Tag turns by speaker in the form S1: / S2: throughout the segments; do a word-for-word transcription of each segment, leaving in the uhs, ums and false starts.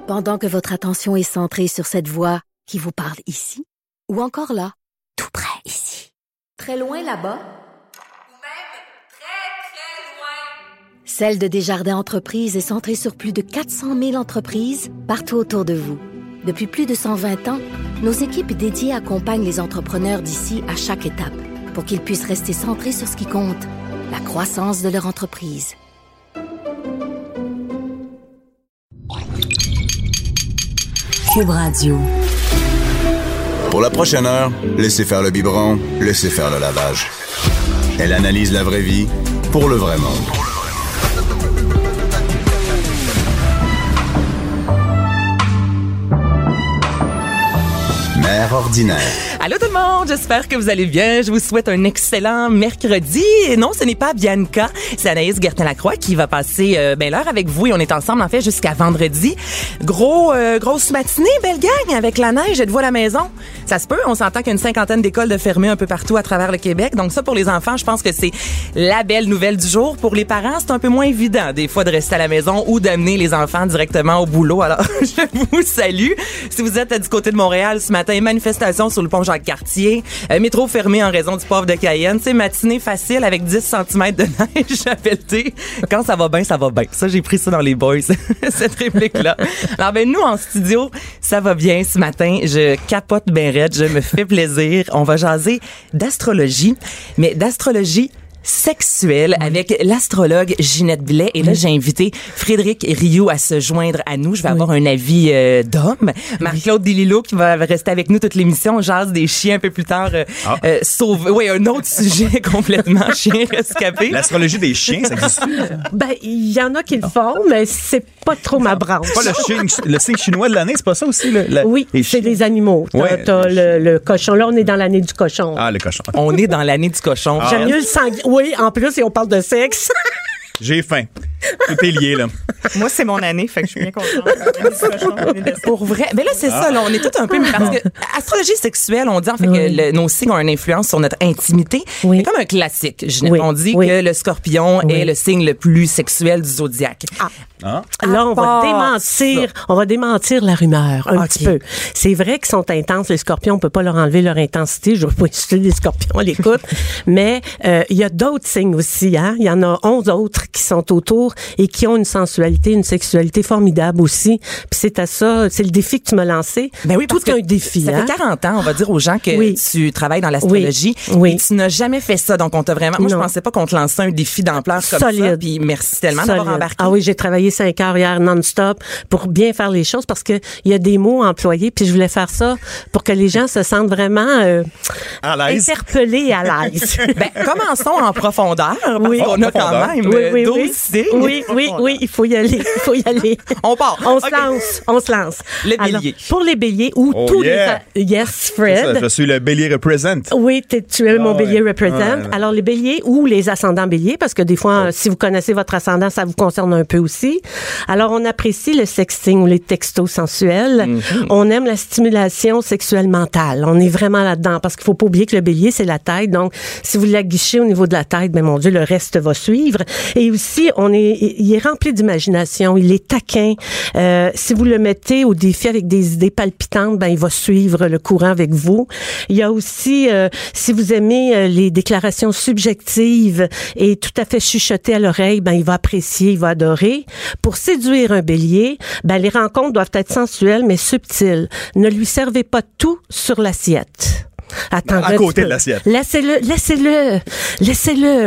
S1: Pendant que votre attention est centrée sur cette voix qui vous parle ici, ou encore là, tout près ici, très loin là-bas, ou même très, très loin, Celle de Desjardins Entreprises est centrée sur plus de quatre cent mille entreprises partout autour de vous. Depuis plus de cent vingt ans, nos équipes dédiées accompagnent les entrepreneurs d'ici à chaque étape pour qu'ils puissent rester centrés sur ce qui compte, la croissance de leur entreprise.
S2: Cube Radio.
S3: Pour la prochaine heure, laissez faire le biberon, laissez faire le lavage. Elle analyse la vraie vie pour le vrai monde. Mère ordinaire.
S4: Allô tout le monde, j'espère que vous allez bien. Je vous souhaite un excellent mercredi. Et non, ce n'est pas Bianca, c'est Anaïs Gertin-Lacroix qui va passer euh, ben, l'heure avec vous et on est ensemble en fait jusqu'à vendredi. Gros, euh, grosse matinée, belle gang, avec la neige. Êtes-vous à la maison? Ça se peut, on s'entend qu'il y a une cinquantaine d'écoles de fermées un peu partout à travers le Québec. Donc ça, pour les enfants, je pense que c'est la belle nouvelle du jour. Pour les parents, c'est un peu moins évident des fois de rester à la maison ou d'amener les enfants directement au boulot. Alors, je vous salue. Si vous êtes du côté de Montréal ce matin, manifestation sur le pont Jacques-Cartier, euh, métro fermé en raison du poivre de Cayenne. C'est matinée facile avec dix centimètres de neige à pelleter. Quand ça va bien, ça va bien. Ça, j'ai pris ça dans les boys, cette réplique-là. Alors, ben, nous, en studio, ça va bien ce matin. Je capote bien raide. Je me fais plaisir. On va jaser d'astrologie, mais d'astrologie sexuelle avec l'astrologue Ginette Blais. Et là, j'ai invité Frédéric Rioux à se joindre à nous. Je vais oui. avoir un avis euh, d'homme. Marc-Claude Delillo qui va rester avec nous toute l'émission. On jase des chiens un peu plus tard. Euh, ah. euh, sauve... Oui, un autre sujet complètement chien rescapé.
S5: L'astrologie des chiens, ça existe?
S6: Ben, il y en a qui le font, mais c'est pas trop ma branche.
S5: Pas le chien, le signe chinois de l'année, c'est pas ça aussi? Le, la,
S6: oui,
S5: les
S6: c'est les animaux. T'as, ouais, t'as le, le cochon. Là, on est dans l'année du cochon.
S5: Ah, le cochon.
S4: On est dans l'année du cochon.
S6: Ah. J'aime mieux le sanglier. Oui, en plus, et on parle de sexe.
S5: J'ai faim. Tout est lié, là.
S7: Moi, c'est mon année, fait que je suis bien contente.
S4: Pour vrai. Ben là, c'est ah. ça, là. On est tout un peu. Parce que astrologie sexuelle, on dit en fait oui. que le, nos signes ont une influence sur notre intimité. Oui. C'est comme un classique. Je oui. On dit oui. que le scorpion oui. est le signe le plus sexuel du zodiaque. Ah.
S6: Ah. Là, on va démentir, ça. on va démentir la rumeur un okay. petit peu. C'est vrai qu'ils sont intenses, les scorpions, on peut pas leur enlever leur intensité. Je veux pas insulter les scorpions à l'écoute, mais euh, il y a d'autres signes aussi. Hein. Il y en a onze autres qui sont autour et qui ont une sensualité, une sexualité formidable aussi. Puis c'est à ça, c'est le défi que tu m'as lancé.
S4: Ben oui,
S6: tout un défi.
S4: Ça
S6: hein?
S4: fait quarante ans, on va dire aux gens que oui. tu travailles dans l'astrologie
S6: oui. Oui.
S4: et tu n'as jamais fait ça. Donc on t'a vraiment. Moi, non. je pensais pas qu'on te lançait un défi d'ampleur comme Solide. ça. Puis merci tellement Solide. d'avoir embarqué.
S6: Ah oui, j'ai travaillé cinq heures hier non-stop pour bien faire les choses parce que il y a des mots employés puis je voulais faire ça pour que les gens se sentent vraiment euh,
S5: à l'aise.
S6: interpellés et à l'aise.
S4: Ben, commençons en profondeur parce
S6: oui.
S4: qu'on a quand même
S6: oui, oui,
S4: douze
S6: oui.
S4: signes.
S6: Oui, oui, oui, il faut y aller. Il faut y aller.
S4: On part.
S6: On
S4: okay.
S6: se lance. On se lance.
S4: Les béliers.
S6: Alors, pour les béliers ou oh, tous yeah. les... Yes, Fred.
S5: Ça, je suis le bélier represent.
S6: Oui, tu es oh, mon bélier
S5: ouais.
S6: represent.
S5: Ouais, ouais.
S6: Alors, les béliers ou les ascendants béliers, parce que des fois, oh. si vous connaissez votre ascendant, ça vous concerne un peu aussi. Alors, on apprécie le sexting ou les textos sensuels. Mm-hmm. On aime la stimulation sexuelle mentale. On est vraiment là-dedans parce qu'il faut pas oublier que le bélier, c'est la tête. Donc, si vous l'aguichez au niveau de la tête, ben mon Dieu, le reste va suivre. Et aussi, on est, il est rempli d'imagination. Il est taquin. Euh, si vous le mettez au défi avec des idées palpitantes, ben il va suivre le courant avec vous. Il y a aussi, euh, si vous aimez euh, les déclarations subjectives et tout à fait chuchotées à l'oreille, ben il va apprécier, il va adorer. Pour séduire un bélier, ben les rencontres doivent être sensuelles mais subtiles. Ne lui servez pas tout sur l'assiette. Attends,
S5: à côté de l'assiette.
S6: Laissez-le, laissez-le, laissez-le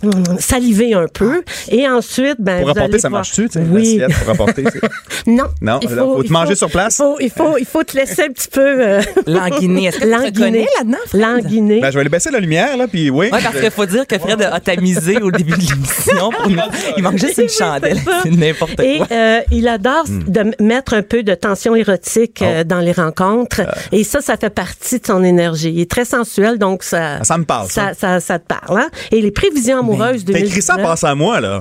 S6: saliver un peu. Et ensuite, ben,
S5: pour
S6: vous
S5: rapporter,
S6: allez
S5: ça
S6: voir...
S5: marche-tu, tu sais,
S6: oui.
S5: l'assiette pour rapporter?
S6: non.
S5: Non, il faut, faut te
S6: il
S5: manger
S6: faut,
S5: sur place?
S6: Il faut, il faut, il faut te laisser un petit peu... Euh...
S4: Languiner. Est-ce que tu te connais là-dedans, Fred?
S6: Languiner.
S5: Ben, je vais aller baisser la lumière, là, puis oui.
S4: Oui, parce qu'il faut dire que Fred a tamisé au début de l'émission. Pour nous. Il manque juste une chandelle. C'est n'importe quoi.
S6: Et euh, il adore mm. de mettre un peu de tension érotique euh, oh. dans les rencontres. Euh. Et ça, ça fait partie de son énergie. Il est très sensuel. Donc ça,
S5: ça me parle.
S6: Ça,
S5: ça,
S6: ça, ça te parle. Hein? Et les prévisions amoureuses de
S5: t'as écrit ça en passant à moi, là.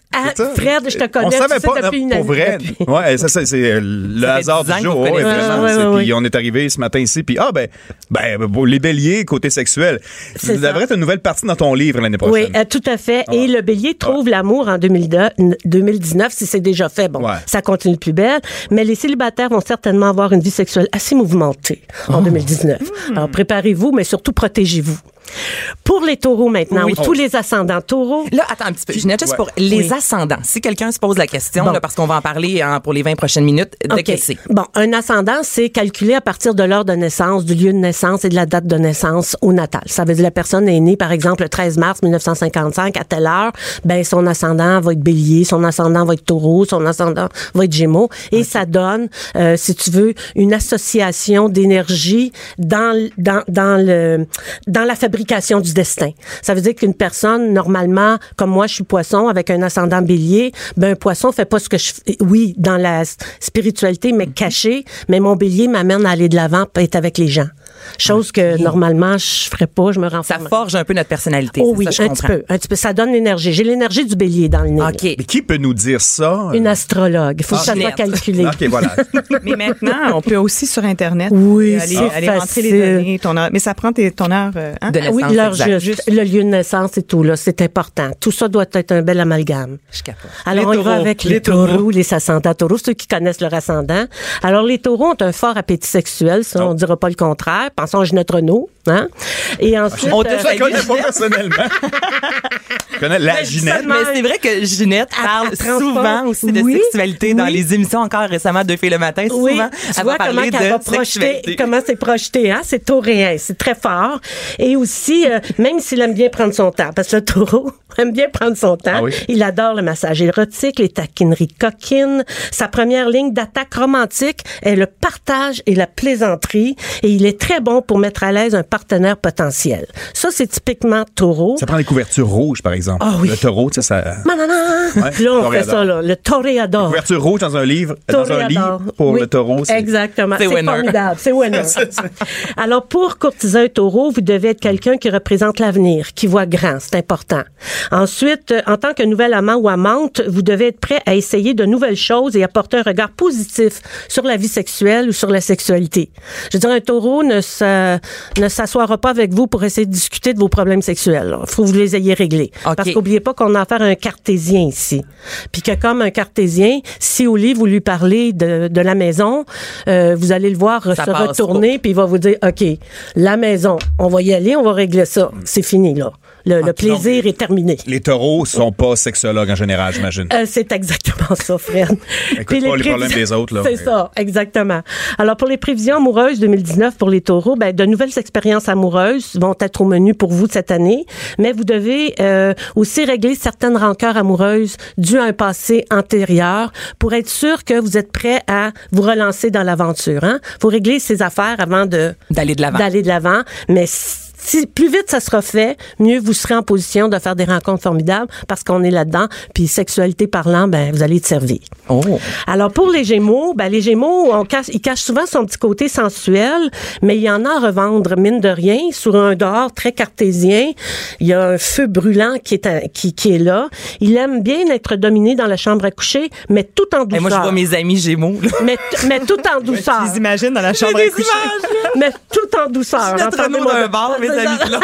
S6: Ah,
S5: C'est ça.
S6: Fred, je te connais,
S5: On
S6: tu
S5: savait
S6: sais,
S5: pas,
S6: depuis
S5: non,
S6: une
S5: pour
S6: année.
S5: vrai.
S6: Depuis-
S5: Ouais, ça, ça, c'est le
S4: Ça fait
S5: hasard
S4: dix ans
S5: du
S4: que
S5: jour.
S4: vous
S5: Ouais,
S4: connaissez.
S5: vraiment.
S6: Ouais, ouais,
S5: C'est-
S6: ouais,
S5: Puis
S6: ouais.
S5: on est arrivé ce matin ici, puis ah ben, ben pour les béliers côté sexuel.
S6: C'est
S5: Ça
S6: ça.
S5: devrait être une nouvelle partie dans ton livre l'année prochaine.
S6: Oui, euh, tout à fait.
S5: Ah.
S6: Et le bélier trouve l'amour en deux mille dix-neuf, si c'est déjà fait. Bon,
S5: Ouais.
S6: ça continue de plus belle. Mais les célibataires vont certainement avoir une vie sexuelle assez mouvementée en deux mille dix-neuf. Alors, préparez-vous, mais surtout protégez-vous. Pour les taureaux maintenant,
S4: Oui.
S6: ou tous les ascendants taureaux,
S4: Là, attends un petit peu. Ginette, juste
S5: Ouais.
S4: pour les
S6: Oui.
S4: ascendants. Si quelqu'un se pose la question,
S6: Bon.
S4: là, parce qu'on va en parler hein, pour les vingt prochaines minutes, de
S6: OK.
S4: que c'est.
S6: Bon, un ascendant, c'est calculé à partir de l'heure de naissance, du lieu de naissance et de la date de naissance au natal. Ça veut dire la personne est née, par exemple, le treize mars mille neuf cent cinquante-cinq à telle heure, ben son ascendant va être bélier, son ascendant va être taureau, son ascendant va être gémeaux. Et ça donne, euh, si tu veux, une association d'énergie dans, dans, dans, le, dans la fabrication du destin. Ça veut dire qu'une personne, normalement, comme moi, je suis poisson avec un ascendant bélier, ben un poisson fait pas ce que je fais. Oui, dans la s- spiritualité, mais caché, mais mon bélier m'amène à aller de l'avant, à être avec les gens. Chose que, normalement, je ferais pas, je me
S4: Ça
S6: renferme.
S4: forge un peu notre personnalité.
S6: Oh
S4: c'est
S6: oui,
S4: ça, je
S6: un
S4: comprends.
S6: petit peu, un petit peu. Ça donne l'énergie. J'ai l'énergie du bélier dans le nez.
S4: OK.
S5: Mais qui peut nous dire ça?
S6: Une astrologue. Il faut
S4: Ah,
S6: que ça soit
S4: Ginette.
S6: calculé.
S5: OK, voilà.
S7: Mais maintenant, on peut aussi sur Internet
S6: Oui,
S7: euh, aller,
S6: c'est
S7: aller rentrer les
S6: facile.
S7: données, ton heure. Mais ça prend tes, ton heure. euh, hein?
S4: De naissance,
S6: Oui, l'heure
S4: exact.
S6: juste, le lieu de naissance et tout, là, c'est important. Tout ça doit être un bel amalgame.
S4: Je capote.
S6: Alors,
S7: Les
S6: on y va
S7: taureaux.
S6: avec
S7: Les
S6: les taureaux,
S7: taureaux.
S6: les ascendants taureaux, ceux qui connaissent leur ascendant. Alors, les taureaux ont un fort appétit sexuel, ça, on dira pas le contraire. Pensons à Ginette Renault, hein. Et ensuite,
S4: On te
S6: euh,
S4: fait
S5: Je connais pas personnellement. Je connais la Ginette.
S4: Mais c'est vrai que Ginette
S6: Elle-
S4: parle
S6: elle transforme.
S4: souvent aussi de
S6: Oui,
S4: sexualité dans
S6: oui.
S4: les émissions encore récemment de Filles le matin.
S6: oui,
S4: Souvent,
S6: tu
S4: elle
S6: vois
S4: va
S6: comment
S4: parler
S6: elle va
S4: de
S6: projeter,
S4: sexualité.
S6: comment c'est projeté, hein? C'est tauréen, c'est très fort. Et aussi, euh, même s'il aime bien prendre son temps, parce que le taureau aime bien prendre son temps,
S5: Ah oui?
S6: il adore le massage érotique, les taquineries coquines. Sa première ligne d'attaque romantique est le partage et la plaisanterie, et il est très bon pour mettre à l'aise un partenaire potentiel. Ça, c'est typiquement taureau.
S5: Ça prend des couvertures rouges, par exemple.
S6: Ah oui.
S5: Le taureau, tu sais, ça.
S6: Manana!
S5: Ouais,
S6: Puis là, on fait
S5: toréador.
S6: ça, là. Le toréador.
S5: Couverture rouge dans un livre, dans un
S6: Toréador.
S5: livre pour
S6: Oui,
S5: le taureau. c'est-
S6: Exactement.
S4: C'est
S6: C'est
S4: winner.
S6: formidable. C'est winner. Alors, pour courtiser un taureau, vous devez être quelqu'un qui représente l'avenir, qui voit grand. C'est important. Ensuite, euh, en tant que nouvel amant ou amante, vous devez être prêt à essayer de nouvelles choses et apporter un regard positif sur la vie sexuelle ou sur la sexualité. Je veux dire, un taureau ne se- ne s'assoira pas avec vous pour essayer de discuter de vos problèmes sexuels. Il faut que vous les ayez réglés.
S4: OK.
S6: Parce qu'oubliez pas qu'on a affaire à un cartésien ici. Puis que comme un cartésien, si au lit vous lui parlez de, de la maison, euh, vous allez le voir
S4: Ça
S6: se
S4: passe
S6: retourner puis il va vous dire OK, la maison, on va y aller, on va régler ça. C'est fini là. Le, le plaisir est terminé.
S5: Les taureaux sont pas sexologues en général, j'imagine.
S6: Euh, c'est exactement ça, Fred.
S5: Écoute
S6: Puis
S5: pas les
S6: prévisions-
S5: problèmes des autres, là.
S6: C'est ça, exactement. Alors, pour les prévisions amoureuses deux mille dix-neuf pour les taureaux, ben, de nouvelles expériences amoureuses vont être au menu pour vous cette année, mais vous devez euh, aussi régler certaines rancœurs amoureuses dues à un passé antérieur pour être sûr que vous êtes prêt à vous relancer dans l'aventure. Hein? Faut régler ces affaires avant de
S4: D'aller de l'avant.
S6: d'aller de l'avant, mais si plus vite ça sera fait, mieux vous serez en position de faire des rencontres formidables parce qu'on est là-dedans. Puis sexualité parlant, ben vous allez être servi.
S4: Oh.
S6: Alors pour les Gémeaux, ben les Gémeaux, on cache, ils cachent souvent son petit côté sensuel, mais il y en a à revendre mine de rien sur un dehors très cartésien. Il y a un feu brûlant qui est à- qui, qui est là. Il aime bien être dominé dans la chambre à coucher, mais tout en douceur.
S4: Et moi, je vois mes amis Gémeaux. là.
S6: mais, mais tout en douceur.
S7: Tu les imagines dans la chambre
S4: J'ai
S7: à
S4: des
S7: coucher.
S4: images, là.
S6: mais tout en douceur.
S4: Notre Renault
S6: Entendez-moi
S4: d'un bar, mes
S6: C'est ça.
S4: amis. Là.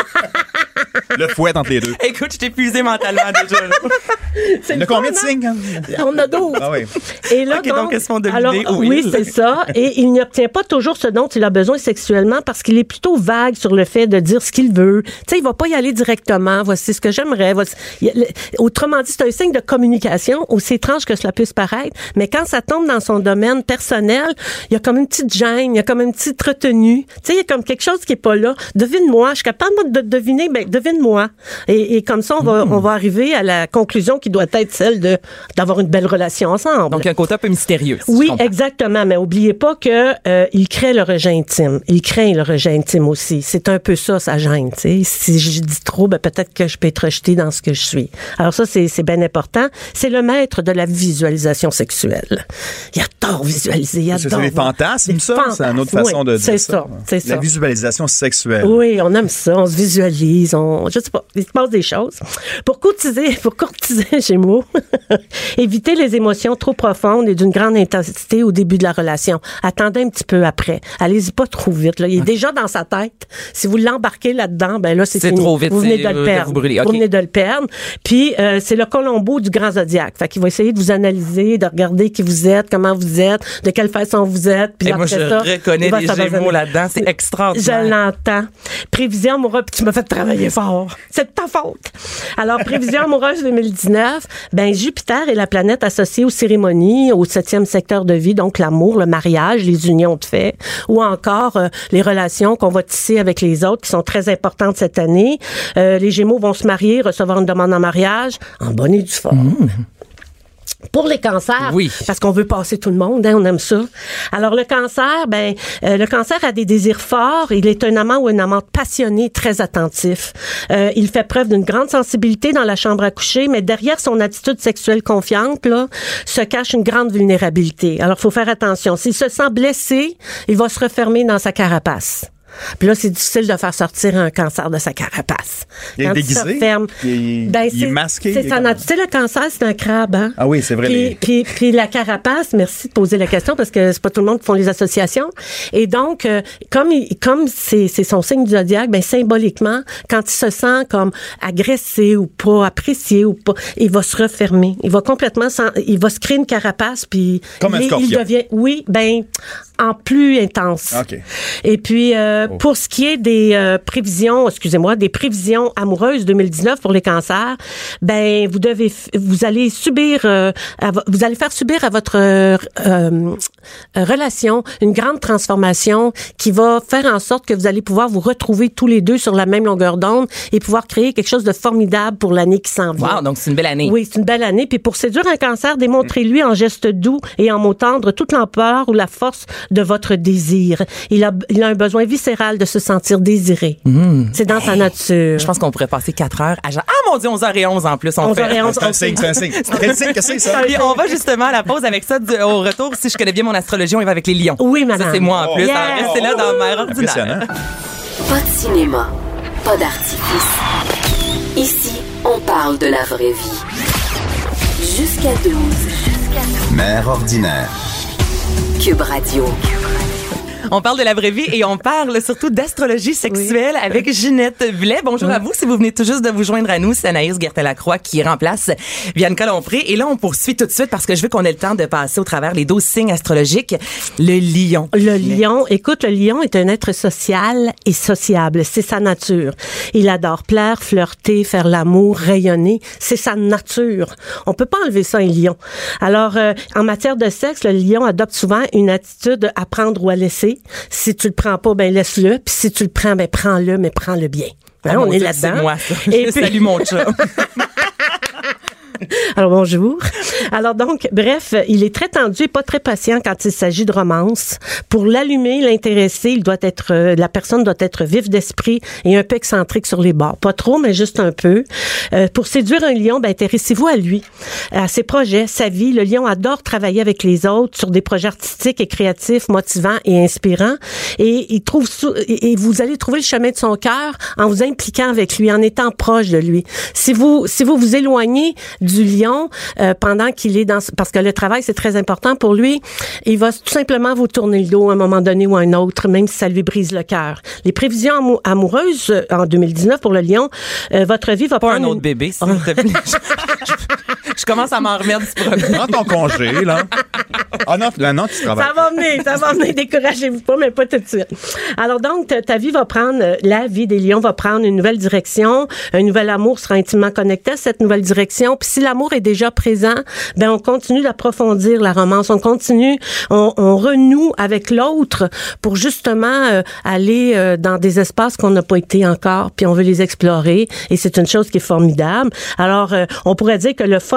S5: Le fouet entre les deux.
S4: Écoute, je t'ai épuisé mentalement déjà. là.
S6: C'est
S5: Il y
S6: le
S5: a combien de
S6: fun, hein?
S5: signes? hein?
S6: On a douze.
S5: Ah oui.
S6: Et là,
S4: Ok, donc, elles se font dominer
S6: alors,
S4: au
S6: oui,
S4: will.
S6: c'est ça. Et il n'obtient pas toujours ce dont il a besoin sexuellement parce qu'il est plutôt vague sur le fait de dire ce qu'il veut. Tu sais, il va pas y aller directement. Voici ce que j'aimerais. Voici- il y a le- Autrement dit, c'est un signe de communication, aussi étrange que cela puisse paraître. Mais quand ça tombe dans son domaine personnel, il y a comme une petite gêne, il y a comme une petite retenue. Tu sais, il y a comme quelque chose qui est pas là. Devine-moi. Je suis capable moi, de deviner. Ben, devine-moi. Et, et comme ça, on va, on va arriver à la conclusion qui doit être celle de d'avoir une belle relation ensemble.
S4: Donc, un côté un peu mystérieux. si
S6: Oui,
S4: je comprends.
S6: exactement. Mais oubliez pas que euh, il crée le rejet intime. Il craint le rejet intime aussi. C'est un peu ça, sa gêne. Tu sais, si je dis trop, ben peut-être que je peux être rejetée dans ce que je suis. Alors ça, c'est c'est bien important. C'est le maître de la visualisation sexuelle. Il adore visualiser. Il
S5: C'est
S6: adore
S5: des
S6: voir.
S5: fantasmes,
S6: Des
S5: ça? C'est une autre
S6: fantasmes,
S5: façon
S6: oui,
S5: de dire
S6: c'est
S5: ça.
S6: ça. C'est
S5: La
S6: ça.
S5: visualisation sexuelle.
S6: Oui, on aime ça. On se visualise. On, sont, je sais pas, il se passe des choses. Pour courtiser, pour courtiser Gémeaux, évitez les émotions trop profondes et d'une grande intensité au début de la relation. Attendez un petit peu après. Allez-y pas trop vite, là. Il est déjà dans sa tête. Si vous l'embarquez là-dedans, ben là, c'est,
S4: c'est
S6: fini.
S4: trop vite.
S6: Vous venez de
S4: euh,
S6: le perdre.
S4: Vous, brûler. Okay.
S6: Vous venez de le perdre. Puis, euh, c'est le Colombo du grand zodiaque. Fait qu'il va essayer de vous analyser, de regarder qui vous êtes, comment vous êtes, de quelle façon vous êtes. Puis
S4: Et
S6: après
S4: moi, je
S6: ça,
S4: reconnais les Gémeaux là-dedans. C'est extraordinaire.
S6: Je l'entends. Prévision amoureuse, puis tu m'as fait travailler fort. C'est de ta faute. Alors, prévision amoureuse deux mille dix-neuf, ben Jupiter est la planète associée aux cérémonies, au septième secteur de vie, donc l'amour, le mariage, les unions de fait, ou encore euh, les relations qu'on va tisser avec les autres, qui sont très importantes cette année. Euh, les Gémeaux vont se marier, recevoir une demande en mariage, en bonne et due forme. Mmh. Pour les cancers,
S4: oui.
S6: parce qu'on veut passer tout le monde, hein, on aime ça. Alors le cancer, ben euh, le cancer a des désirs forts. Il est un amant ou une amante passionné, très attentif. Euh, il fait preuve d'une grande sensibilité dans la chambre à coucher, mais derrière son attitude sexuelle confiante, là, se cache une grande vulnérabilité. Alors faut faire attention. S'il se sent blessé, il va se refermer dans sa carapace. Puis là, c'est difficile de faire sortir un cancer de sa carapace.
S5: Il est
S6: Quand
S5: déguisé?
S6: Il, ferme,
S5: il,
S6: ben,
S5: il est masqué?
S6: C'est ça. Tu sais, le cancer, c'est un crabe, hein?
S5: Ah oui, c'est vrai.
S6: Puis,
S5: les...
S6: puis, puis la carapace, merci de poser la question parce que c'est pas tout le monde qui font les associations. Et donc, euh, comme il, comme c'est, c'est son signe du zodiaque, ben symboliquement, quand il se sent comme agressé ou pas apprécié ou pas, il va se refermer. Il va complètement, s'en, il va se créer une carapace puis
S5: comme un
S6: il,
S5: scorpion.
S6: il devient, oui, ben en plus intense.
S5: Okay.
S6: Et puis, euh, oh. pour ce qui est des euh, prévisions, excusez-moi, des prévisions amoureuses deux mille dix-neuf pour les cancers, ben vous devez, vous allez subir, euh, à, vous allez faire subir à votre euh, euh, relation une grande transformation qui va faire en sorte que vous allez pouvoir vous retrouver tous les deux sur la même longueur d'onde et pouvoir créer quelque chose de formidable pour l'année qui s'en vient.
S4: Wow, donc c'est une belle année.
S6: Oui, c'est une belle année. Puis pour séduire un cancer, démontrez-lui en gestes doux et en mots tendres toute l'ampleur ou la force de votre désir. Il a, il a un besoin viscéral de se sentir désiré. Mmh. C'est dans hey, sa nature.
S4: Je pense qu'on pourrait passer quatre heures à genre, ah mon Dieu, onze heures onze en plus. On
S6: onze heures onze,
S5: c'est un signe, c'est un signe. Quel signe que c'est ça?
S4: Puis on va justement à la pause avec ça. Du, au retour, si je connais bien mon astrologie, on y va avec les lions.
S6: Oui, madame.
S4: Ça, c'est moi en plus.
S6: Oh, yeah.
S4: Alors, restez là dans Mère ordinaire.
S2: Pas de cinéma, pas d'artifice. Ici, on parle de la vraie vie. Jusqu'à douze. Jusqu'à douze.
S3: Mère ordinaire.
S2: Cube Radio.
S4: On parle de la vraie vie et on parle surtout d'astrologie sexuelle oui. avec Ginette Blais. Bonjour oui. à vous. Si vous venez tout juste de vous joindre à nous, c'est Anaïs Gertin-Lacroix qui remplace Bianca Lompré. Et là, on poursuit tout de suite parce que je veux qu'on ait le temps de passer au travers les douze signes astrologiques. Le lion.
S6: Le lion, écoute, le lion est un être social et sociable. C'est sa nature. Il adore plaire, flirter, faire l'amour, rayonner. C'est sa nature. On peut pas enlever ça, un lion. Alors, euh, en matière de sexe, le lion adopte souvent une attitude à prendre ou à laisser. Si tu le prends pas, ben laisse-le. Puis si tu le prends, ben prends-le, mais prends-le bien.
S4: Ah,
S6: hein, on est
S4: Dieu,
S6: là-dedans.
S4: C'est moi, ça.
S6: Et
S4: je
S6: puis...
S4: salue mon chat.
S6: Alors, bonjour. Alors, donc, bref, il est très tendu et pas très patient quand il s'agit de romance. Pour l'allumer, l'intéresser, il doit être, euh, la personne doit être vive d'esprit et un peu excentrique sur les bords. Pas trop, mais juste un peu. Euh, pour séduire un lion, ben, intéressez-vous à lui, à ses projets, sa vie. Le lion adore travailler avec les autres sur des projets artistiques et créatifs, motivants et inspirants. Et il trouve, sou- et vous allez trouver le chemin de son cœur en vous impliquant avec lui, en étant proche de lui. Si vous, si vous vous éloignez du lion euh, pendant qu'il est dans... Parce que le travail, c'est très important pour lui. Il va tout simplement vous tourner le dos à un moment donné ou à un autre, même si ça lui brise le cœur. Les prévisions amou- amoureuses euh, en deux mille dix-neuf pour le lion, euh, votre vie va
S4: pas
S6: prendre...
S4: un autre
S6: une...
S4: bébé, s'il te plaît. Je commence à m'en remettre du problème.
S5: Prends ton congé, là. Ah non, là, non, tu travailles.
S6: Ça va venir, ça va venir. Découragez-vous pas, mais pas tout de suite. Alors donc, ta, ta vie va prendre, la vie des lions va prendre une nouvelle direction. Un nouvel amour sera intimement connecté à cette nouvelle direction. Puis si l'amour est déjà présent, ben on continue d'approfondir la romance. On continue, on, on renoue avec l'autre pour justement euh, aller euh, dans des espaces qu'on n'a pas été encore, puis on veut les explorer. Et c'est une chose qui est formidable. Alors, euh, on pourrait dire que le fun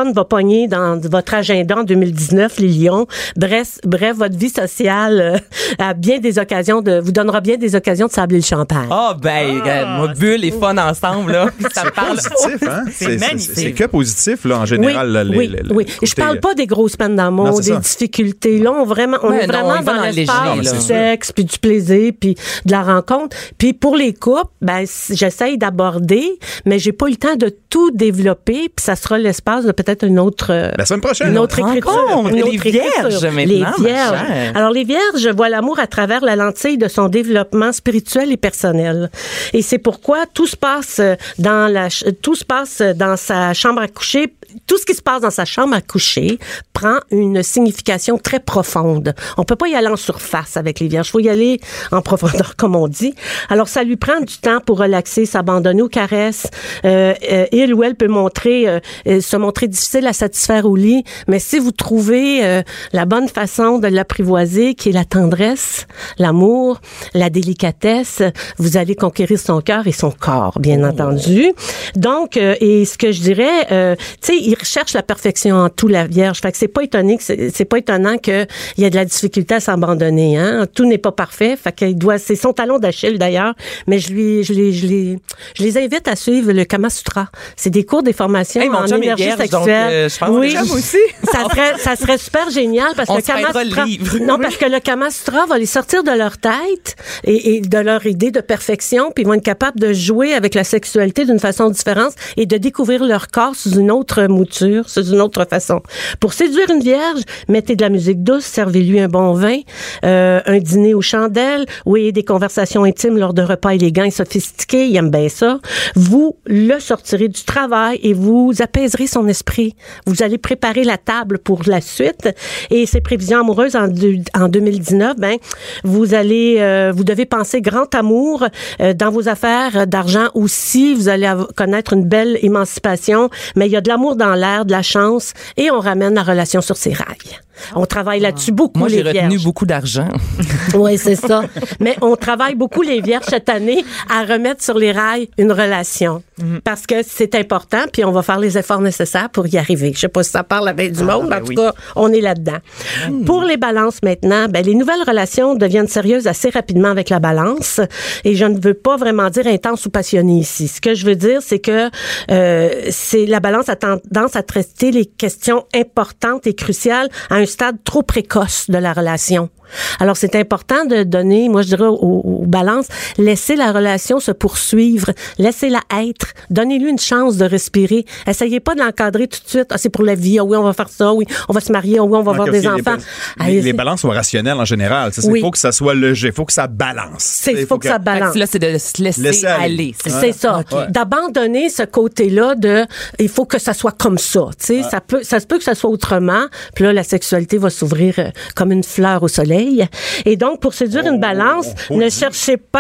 S6: personne va pogner dans votre agenda en deux mille dix-neuf, les lions. Bref, bref, votre vie sociale euh, a bien des occasions de, vous donnera bien des occasions de sabler le champagne.
S4: Ah, oh, ben, ah, moi, bulle et fun ensemble, là. Ça me parle.
S5: Positif, hein?
S7: C'est magnifique.
S5: C'est que positif, là, en général.
S6: Oui,
S5: là, les,
S6: oui,
S5: les, les,
S6: oui.
S5: côté...
S6: Je parle pas des grosses peines d'amour,
S5: non,
S6: des
S5: ça.
S6: difficultés. Là, on, vraiment, on
S4: ben
S6: est
S4: non,
S6: vraiment
S4: on
S6: dans,
S4: dans
S6: l'espace
S4: léger,
S6: du sexe, puis du plaisir, puis de la rencontre. Puis pour les couples, ben, j'essaye d'aborder, mais j'ai pas eu le temps de tout développer, puis ça sera l'espace de peut-être une autre...
S5: La semaine prochaine.
S6: Une autre écriture.
S4: Rencontre,
S6: Une
S4: les
S6: autre
S4: vierges
S6: écriture.
S4: maintenant,
S6: Les
S4: ma
S6: vierges.
S4: chère.
S6: Alors, les vierges voient l'amour à travers la lentille de son développement spirituel et personnel. Et c'est pourquoi tout se passe dans la, tout se passe dans sa chambre à coucher. Tout ce qui se passe dans sa chambre à coucher prend une signification très profonde. On peut pas y aller en surface avec les vierges. Il faut y aller en profondeur, comme on dit. Alors, ça lui prend du temps pour relaxer, s'abandonner aux caresses. Euh, euh, il ou elle peut montrer, euh, se montrer difficile à satisfaire au lit. Mais si vous trouvez euh, la bonne façon de l'apprivoiser, qui est la tendresse, l'amour, la délicatesse, vous allez conquérir son cœur et son corps, bien oh. entendu. Donc, euh, et ce que je dirais, euh, tu sais, il recherche la perfection en tout, la Vierge. Fait que c'est pas étonné que c'est, c'est pas étonnant qu'il y ait de la difficulté à s'abandonner, hein. Tout n'est pas parfait. Fait qu'il doit, c'est son talon d'Achille d'ailleurs. Mais je lui, je les, je les, je les invite à suivre le Kama Sutra. C'est des cours, des formations
S4: hey,
S6: en énergie
S4: vierge,
S6: sexuelle.
S4: Donc, euh, je pense
S6: oui,
S4: que
S7: aussi.
S6: ça serait, ça serait super génial parce
S4: On
S6: que le Kama Sutra,
S4: le
S6: non, parce que le Kama Sutra va les sortir de leur tête et, et de leur idée de perfection, puis ils vont être capables de jouer avec la sexualité d'une façon différente et de découvrir leur corps sous une autre mouture, sous une autre façon. Pour séduire une vierge, mettez de la musique douce, servez-lui un bon vin, euh, un dîner aux chandelles, oui, des conversations intimes lors de repas élégants et sophistiqués, il aime bien ça. Vous le sortirez du travail et vous apaiserez son esprit. Vous allez préparer la table pour la suite. Et ces prévisions amoureuses en, du, en deux mille dix-neuf, ben, vous allez, euh, vous devez penser grand amour euh, dans vos affaires d'argent aussi. Vous allez av- connaître une belle émancipation, mais il y a de l'amour dans l'air, de la chance, et on ramène la relation sur ses rails. On travaille là-dessus beaucoup,
S4: Moi,
S6: les
S4: j'ai
S6: vierges.
S4: retenu beaucoup d'argent.
S6: Oui, c'est ça. Mais on travaille beaucoup, les vierges, cette année, à remettre sur les rails une relation. Mm-hmm. Parce que c'est important, puis on va faire les efforts nécessaires pour y arriver. Je sais pas si ça parle avec du monde,
S4: ah,
S6: mais en
S4: ben
S6: tout
S4: oui.
S6: cas, on est là-dedans. Mm. Pour les balances maintenant, ben, les nouvelles relations deviennent sérieuses assez rapidement avec la balance. Et je ne veux pas vraiment dire intense ou passionné ici. Ce que je veux dire, c'est que euh, c'est la balance a tendance à traiter les questions importantes et cruciales à un stade trop précoce de la relation. Alors, c'est important de donner, moi, je dirais, aux, aux balances, laissez la relation se poursuivre, laissez-la être, donnez-lui une chance de respirer. Essayez pas de l'encadrer tout de suite. Ah, c'est pour la vie. Ah oui, on va faire ça. Oui, on va se marier. Ah oui, on va avoir des
S5: les,
S6: enfants.
S5: Les, Allez, les balances sont rationnelles en général. Il oui. faut que ça soit léger. Il faut que ça balance.
S6: Il faut, faut que, que ça balance.
S4: Là, c'est de se laisser, laisser aller. aller.
S6: C'est, c'est ça. Okay. D'abandonner ce côté-là de, il faut que ça soit comme ça. Tu sais, ouais. ça peut, ça se peut que ça soit autrement. Puis là, la sexualité va s'ouvrir comme une fleur au soleil. Et donc, pour séduire oh, une balance, oh, oh, ne oh. cherchez pas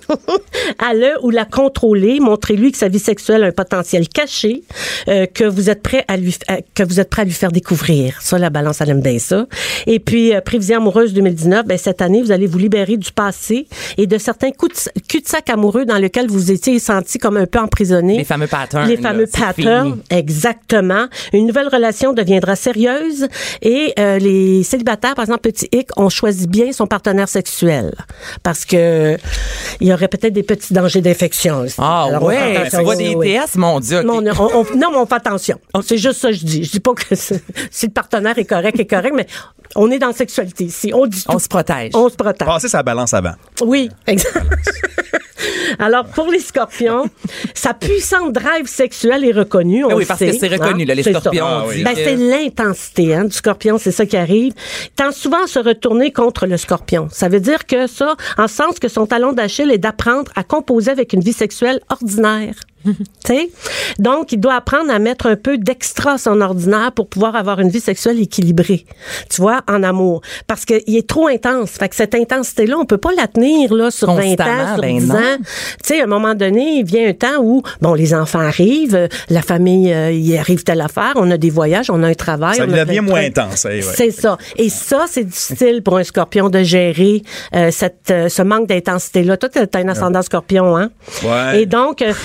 S6: à le ou la contrôler. Montrez-lui que sa vie sexuelle a un potentiel caché, euh, que vous êtes prêt à lui, à, que vous êtes prêt à lui faire découvrir. Ça, la balance, elle aime bien ça. Et puis, euh, prévision amoureuse deux mille dix-neuf, ben, cette année, vous allez vous libérer du passé et de certains coups de, cul-de-sac amoureux dans lesquels vous étiez senti comme un peu emprisonné.
S4: Les fameux patterns.
S6: Les fameux
S4: là,
S6: patterns. Exactement. Une nouvelle relation deviendra sérieuse et euh, les célibataires, par exemple, petit hic, ont choisit bien son partenaire sexuel parce que il y aurait peut-être des petits dangers d'infection aussi.
S4: Ah alors, ouais, tu vois des I T S, mon Dieu. Okay.
S6: Non, on, on, non, mais on fait attention. C'est juste ça que je dis. Je dis pas que si le partenaire est correct, est correct, mais on est dans la sexualité ici. On dit tout.
S4: On se protège.
S6: On se protège.
S5: Passer sa balance avant.
S6: Oui, exact. Alors, pour les scorpions, sa puissante drive sexuelle est reconnue, on
S4: oui,
S6: le
S4: parce
S6: sait.
S4: Que c'est reconnu,
S6: hein?
S4: là, les
S6: c'est
S4: scorpions.
S6: Ah,
S4: oui.
S6: Ben, c'est l'intensité hein, du scorpion, c'est ça qui arrive. Tend souvent à se retourner contre le scorpion. Ça veut dire que ça, en sens que son talon d'Achille est d'apprendre à composer avec une vie sexuelle ordinaire. T'sais? Donc, il doit apprendre à mettre un peu d'extra à son ordinaire pour pouvoir avoir une vie sexuelle équilibrée, tu vois, en amour. Parce qu'il est trop intense. Fait que cette intensité-là, on peut pas la tenir là sur vingt ans, sur
S4: ben
S6: dix
S4: non.
S6: ans. Tu sais, à un moment donné, il vient un temps où, bon, les enfants arrivent, la famille, euh, il arrive telle affaire, on a des voyages, on a un travail.
S5: Ça
S6: on a
S5: devient moins intense. Eh, ouais.
S6: C'est ça. Et ça, c'est difficile pour un scorpion de gérer euh, cette, euh, ce manque d'intensité-là. Toi, t'as un ascendant scorpion, hein?
S5: Ouais.
S6: Et donc, euh, c'est...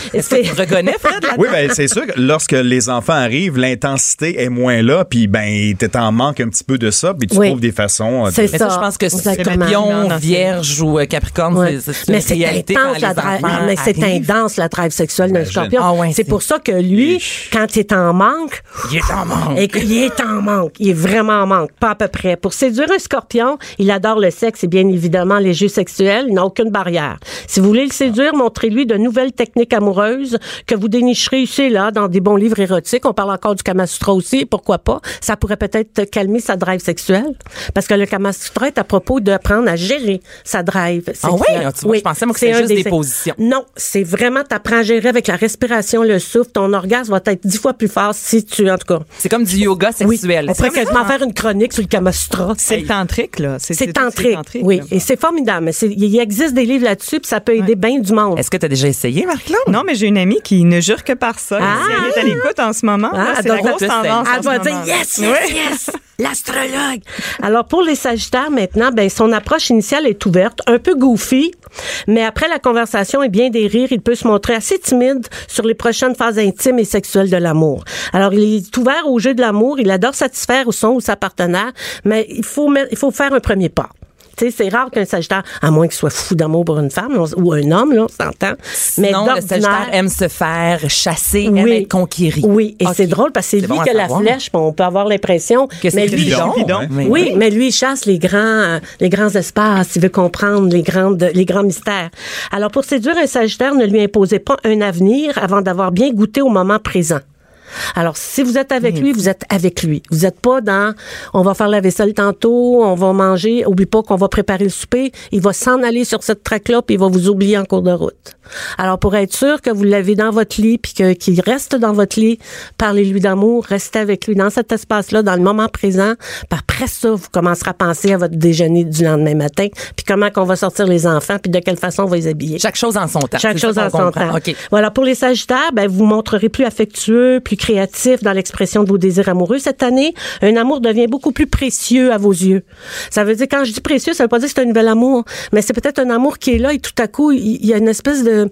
S4: Tu te reconnais, Fred? Là-dedans?
S5: Oui, ben c'est sûr que lorsque les enfants arrivent, l'intensité est moins là, puis ben t'es en manque un petit peu de ça, puis tu
S6: Oui.
S5: trouves des façons. euh, de-
S6: C'est
S4: Mais ça, je pense que c'est
S6: Exactement.
S4: Scorpion,
S7: Non, non,
S4: Vierge ou euh, Capricorne,
S6: Ouais.
S4: c'est, c'est une
S6: Mais c'est
S4: réalité
S6: intense,
S4: quand
S6: la
S4: les
S6: drive,
S4: enfants
S6: mais c'est
S4: arrivent.
S6: intense, la drive sexuelle d'un
S5: Imagine.
S6: scorpion.
S4: Ah ouais,
S6: c'est
S4: c'est-
S6: pour ça que lui,
S5: Ich.
S6: quand il est en manque,
S4: Il est en manque.
S6: et qu'il est en manque, il est vraiment en manque, pas à peu près. Pour séduire un scorpion, il adore le sexe et bien évidemment les jeux sexuels, il n'a aucune barrière. Si vous voulez le séduire, montrez-lui de nouvelles techniques amoureuses que vous dénicherez ici et là dans des bons livres érotiques. On parle encore du Kama Sutra aussi, pourquoi pas. Ça pourrait peut-être calmer sa drive sexuelle. Parce que le Kama Sutra est à propos d'apprendre à gérer sa drive sexuelle.
S4: Ah ouais? Tu vois, je pensais, moi, que
S6: c'est
S4: c'était
S6: un
S4: juste des
S6: des-
S4: positions.
S6: Non, c'est vraiment, t'apprends à gérer avec la respiration, le souffle. Ton orgasme va être dix fois plus fort si tu, en tout cas.
S4: C'est comme du yoga
S6: Oui,
S4: sexuel.
S6: on pourrait quasiment faire une chronique sur le Kama Sutra.
S7: C'est le tantrique, là.
S6: C'est tantrique, oui.
S7: là.
S6: Et c'est formidable. Mais c'est- il existe des livres là-dessus, puis ça peut aider bien du monde.
S4: Est-ce que tu as déjà essayé, Marc-Claude?
S7: Non, mais j'ai une amie qui ne jure que par ça.
S6: Ah!
S7: Si elle est à l'écoute en ce moment,
S6: Ah,
S7: là, c'est
S6: donc,
S7: la grosse
S4: elle
S7: tendance.
S6: Elle
S7: en
S6: va
S7: ce
S6: dire
S7: moment.
S6: yes, yes,
S7: Oui.
S6: yes, l'astrologue. Alors pour les Sagittaires maintenant, ben son approche initiale est ouverte, un peu goofy, mais après la conversation et bien des rires, il peut se montrer assez timide sur les prochaines phases intimes et sexuelles de l'amour. Alors il est ouvert au jeu de l'amour, il adore satisfaire son ou sa partenaire, mais il faut mettre- il faut faire un premier pas. Tu sais, c'est rare qu'un Sagittaire, à moins qu'il soit fou d'amour pour une femme, on- ou un homme, là, on s'entend. Mais
S4: Non, le
S6: d'ordinaire-
S4: Sagittaire aime se faire chasser, aime
S6: Oui.
S4: être conquéri.
S6: Oui, et
S4: Ok.
S6: c'est drôle parce que c'est lui
S4: bon à
S6: qui a la
S4: savoir.
S6: flèche, puis on peut avoir l'impression
S4: Que c'est
S6: mais lui,
S4: Cupidon.
S5: Cupidon,
S4: Mais
S6: oui, mais lui il chasse les grands euh, les grands espaces, il veut comprendre les grandes les grands mystères. Alors pour séduire un Sagittaire, ne lui imposez pas un avenir avant d'avoir bien goûté au moment présent. Alors, si vous êtes avec lui, vous êtes avec lui. Vous n'êtes pas dans, on va faire la vaisselle tantôt, on va manger, oublie pas qu'on va préparer le souper. Il va s'en aller sur cette traque-là, puis il va vous oublier en cours de route. Alors, pour être sûr que vous l'avez dans votre lit, puis que, qu'il reste dans votre lit, parlez-lui d'amour, restez avec lui dans cet espace-là, dans le moment présent. Puis après ça, vous commencerez à penser à votre déjeuner du lendemain matin, puis comment qu'on va sortir les enfants, puis de quelle façon on va les habiller.
S4: Chaque chose en son temps.
S6: Chaque
S4: C'est
S6: chose
S4: ça
S6: en
S4: qu'on
S6: son
S4: comprend.
S6: temps.
S4: OK.
S6: Voilà, pour les Sagittaires, ben, vous montrerez plus affectueux, plus créatif dans l'expression de vos désirs amoureux. Cette année, un amour devient beaucoup plus précieux à vos yeux. Ça veut dire, quand je dis précieux, ça veut pas dire que c'est un nouvel amour, mais c'est peut-être un amour qui est là et tout à coup, il il y a une espèce de...